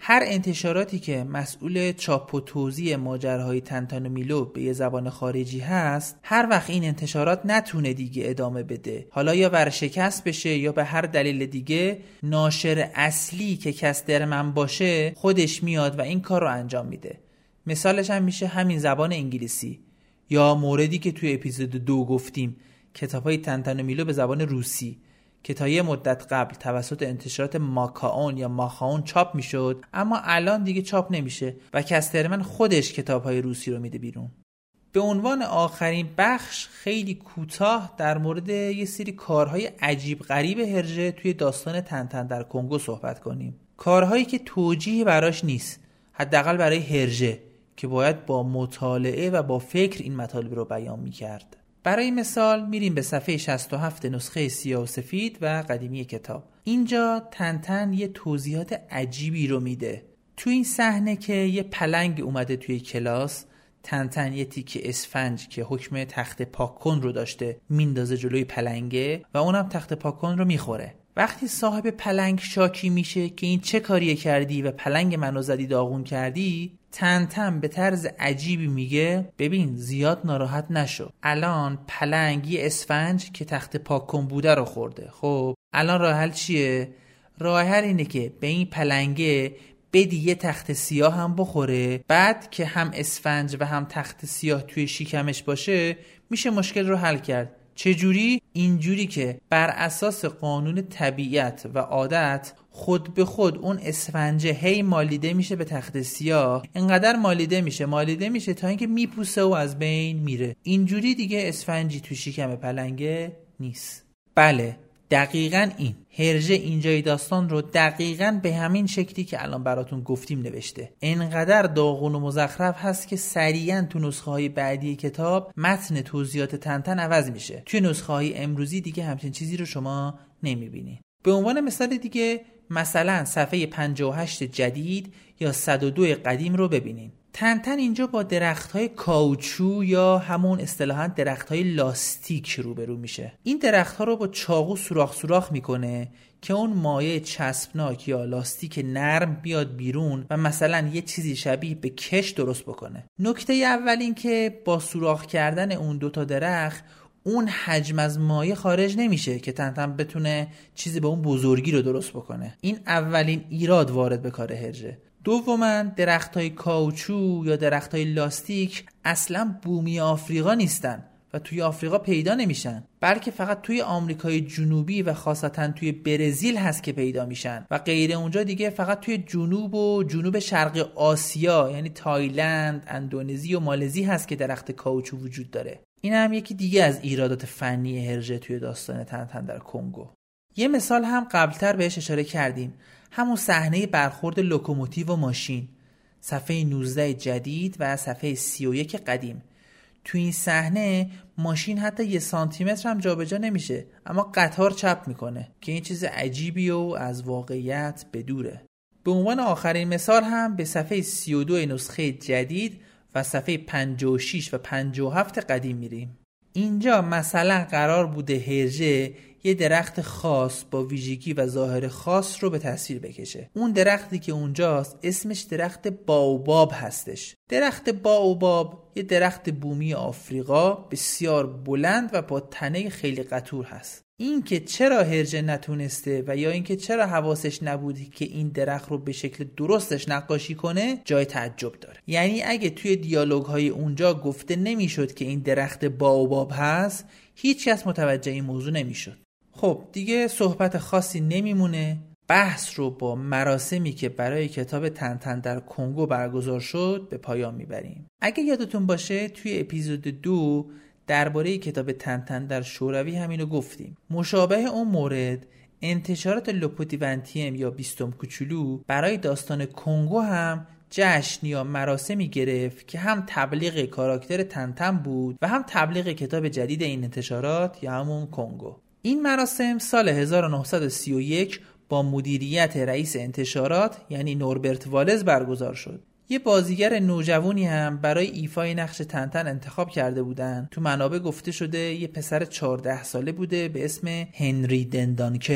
هر انتشاراتی که مسئول چاپ و توزیع ماجراهای تنتن و میلو به یه زبان خارجی هست، هر وقت این انتشارات نتونه دیگه ادامه بده، حالا یا ورشکست بشه یا به هر دلیل دیگه، ناشر اصلی که کسترمن باشه خودش میاد و این کار رو انجام میده. مثالش هم میشه همین زبان انگلیسی، یا موردی که توی اپیزود دو گفتیم، کتاب‌های تنتن و میلو به زبان روسی که تا یه مدت قبل توسط انتشارات ماکائون یا ماخائون چاپ میشد، اما الان دیگه چاپ نمیشه و کسترمن خودش کتاب‌های روسی رو میده بیرون. به عنوان آخرین بخش خیلی کوتاه در مورد یه سری کارهای عجیب غریب هرژه توی داستان تنتن در کنگو صحبت کنیم. کارهایی که توجیهی براش نیست، حداقل برای هرژه که باید با مطالعه و با فکر این مطالب رو بیان میکرد. برای مثال میریم به صفحه شصت و هفت نسخه سیاه و سفید و قدیمی کتاب. اینجا تنتن یه توضیحات عجیبی رو میده. تو این صحنه که یه پلنگ اومده توی کلاس، تنتن یه تیکه اسفنج که حکم تخت پاک کن رو داشته میندازه جلوی پلنگه و اونم تخت پاک کن رو میخوره. وقتی صاحب پلنگ شاکی میشه که این چه کاریه کردی و پلنگ منو زدی داغون کردی، تنتن به طرز عجیبی میگه ببین زیاد ناراحت نشو، الان پلنگ یه اسفنج که تخت پاک کن بوده رو خورده. خب الان راه حل چیه؟ راه حل اینه که به این پلنگه بدی یه تخت سیاه هم بخوره، بعد که هم اسفنج و هم تخت سیاه توی شکمش باشه میشه مشکل رو حل کرد. چجوری؟ اینجوری که بر اساس قانون طبیعت و عادت خود به خود اون اسفنجه هی مالیده میشه به تخت سیاه، اینقدر مالیده میشه مالیده میشه تا اینکه میپوسه و از بین میره. اینجوری دیگه اسفنجی تو شکم پلنگه نیست. بله دقیقاً این هرژه اینجای داستان رو دقیقاً به همین شکلی که الان براتون گفتیم نوشته. اینقدر داغون و مزخرف هست که سریعاً تو نسخه های بعدی کتاب متن توضیحات تنتن عوض میشه. توی نسخه های امروزی دیگه همچین چیزی رو شما نمیبینی. به عنوان مثال دیگه مثلا صفحه پنجاه و هشت جدید یا صد و دو قدیم رو ببینین. تنتن اینجا با درخت‌های کاوچو یا همون اصطلاحاً درخت‌های لاستیک روبرو میشه. این درخت‌ها رو با چاقو سوراخ سوراخ میکنه که اون مایع چسبناک یا لاستیک نرم بیاد بیرون و مثلا یه چیزی شبیه به کش درست بکنه. نکته اول این که با سوراخ کردن اون دوتا درخت اون حجم از مایع خارج نمیشه که تنتن بتونه چیزی به اون بزرگی رو درست بکنه. این اولین ایراد وارد به کار هرژه. دوماً درختای کاوچو یا درختای لاستیک اصلا بومی آفریقا نیستن و توی آفریقا پیدا نمیشن، بلکه فقط توی آمریکای جنوبی و خاصتا توی برزیل هست که پیدا میشن و غیر اونجا دیگه فقط توی جنوب و جنوب شرق آسیا یعنی تایلند، اندونزی و مالزی هست که درخت کاوچو وجود داره. این هم یکی دیگه از ایرادات فنی هرژه توی داستان تنتن در کنگو. یه مثال هم قبلتر بهش اشاره کردیم، همون صحنه برخورد لوکوموتیو و ماشین، صفحه نوزده جدید و صفحه سی و یک قدیم. تو این صحنه ماشین حتی یه سانتی متر هم جابجا نمیشه، اما قطار چپ میکنه که این چیز عجیبی و از واقعیت بدوره. به عنوان آخرین مثال هم به صفحه سی و دو نسخه جدید و صفحه پنجاه و شش و پنجاه و هفت قدیم میریم. اینجا مثلا قرار بوده هرژه یه درخت خاص با ویژگی و ظاهر خاص رو به تصویر بکشه. اون درختی که اونجاست اسمش درخت باوباب هستش. درخت باوباب یه درخت بومی آفریقا بسیار بلند و با تنه خیلی قطور هست. این که چرا هرژه نتونسته و یا اینکه چرا حواسش نبود که این درخت رو به شکل درستش نقاشی کنه جای تعجب داره. یعنی اگه توی دیالوگ های اونجا گفته نمیشد که این درخت باوباب هست، هیچ کس متوجه این موضوع نمیشد. خب دیگه صحبت خاصی نمیمونه، بحث رو با مراسمی که برای کتاب تنتن در کنگو برگزار شد به پایان میبریم. اگه یادتون باشه توی اپیزود دو درباره کتاب تنتن در شوروی همینو گفتیم. مشابه اون مورد انتشارات لوپوتیونتیم یا بیستم کوچولو برای داستان کنگو هم جشن یا مراسمی گرفت که هم تبلیغ کاراکتر تنتن بود و هم تبلیغ کتاب جدید این انتشارات یا همون کنگو. این مراسم سال هزار و نهصد و سی و یک با مدیریت رئیس انتشارات یعنی نوربرت والز برگزار شد. یه بازیگر نوجوانی هم برای ایفای نقش تنتن انتخاب کرده بودن. تو منابع گفته شده یه پسر چهارده ساله بوده به اسم هنری دندانکر.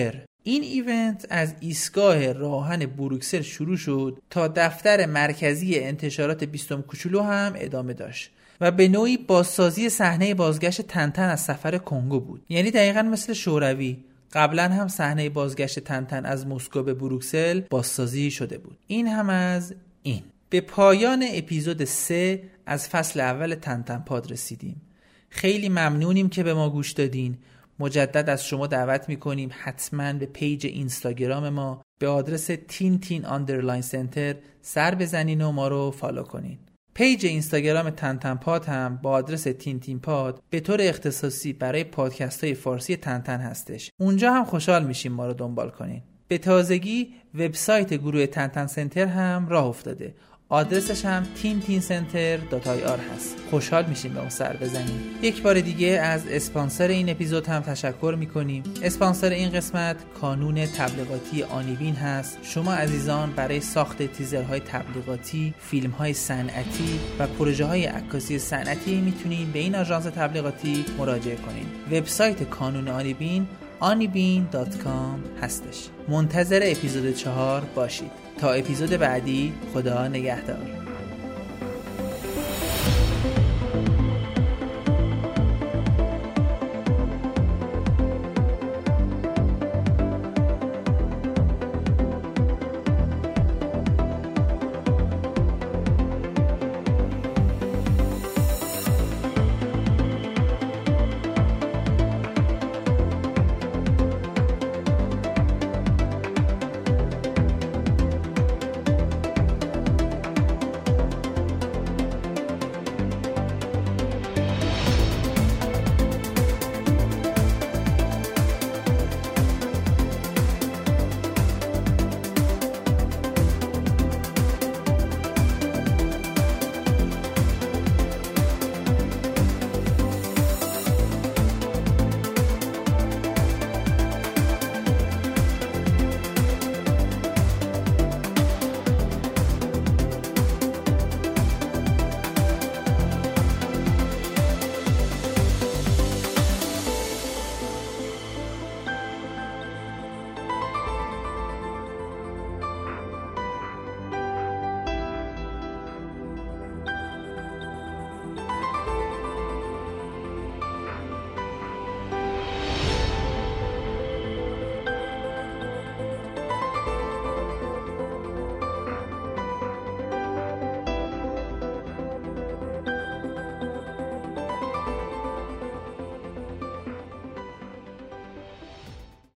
این ایونت از ایستگاه راهن بروکسل شروع شد تا دفتر مرکزی انتشارات بیستم کوچولو هم ادامه داشت و به نوعی بازسازی صحنه بازگشت تنتن از سفر کنگو بود. یعنی دقیقاً مثل شوروی، قبلا هم صحنه بازگشت تنتن از مسکو به بروکسل بازسازی شده بود. این هم از این. به پایان اپیزود سه از فصل اول تنتن پاد رسیدیم. خیلی ممنونیم که به ما گوش دادین. مجدد از شما دعوت میکنیم حتما به پیج اینستاگرام ما به آدرس تین تین آندرلاین سنتر سر بزنین و ما رو فالو کنین. پیج اینستاگرام تنتن پاد هم با آدرس تین تین پاد به طور اختصاصی برای پادکست های فارسی تنتن هستش. اونجا هم خوشحال میشیم ما رو دنبال کنین. به تازگی وبسایت گروه تنتن سنتر هم راه افتاده. آدرسش هم تین تین سنتر دات آی آر هست. خوشحال میشیم به اون سر بزنیم. یک بار دیگه از اسپانسر این اپیزود هم تشکر میکنیم. اسپانسر این قسمت کانون تبلیغاتی آنیبین هست. شما عزیزان برای ساخت تیزرهای تبلیغاتی، فیلمهای صنعتی و پروژه‌های عکاسی صنعتی میتونید به این آژانس تبلیغاتی مراجعه کنید. وبسایت کانون آنیبین آنیبین دات کام هستش. منتظر اپیزود چهار باشید. تا اپیزود بعدی، خدا نگهدار.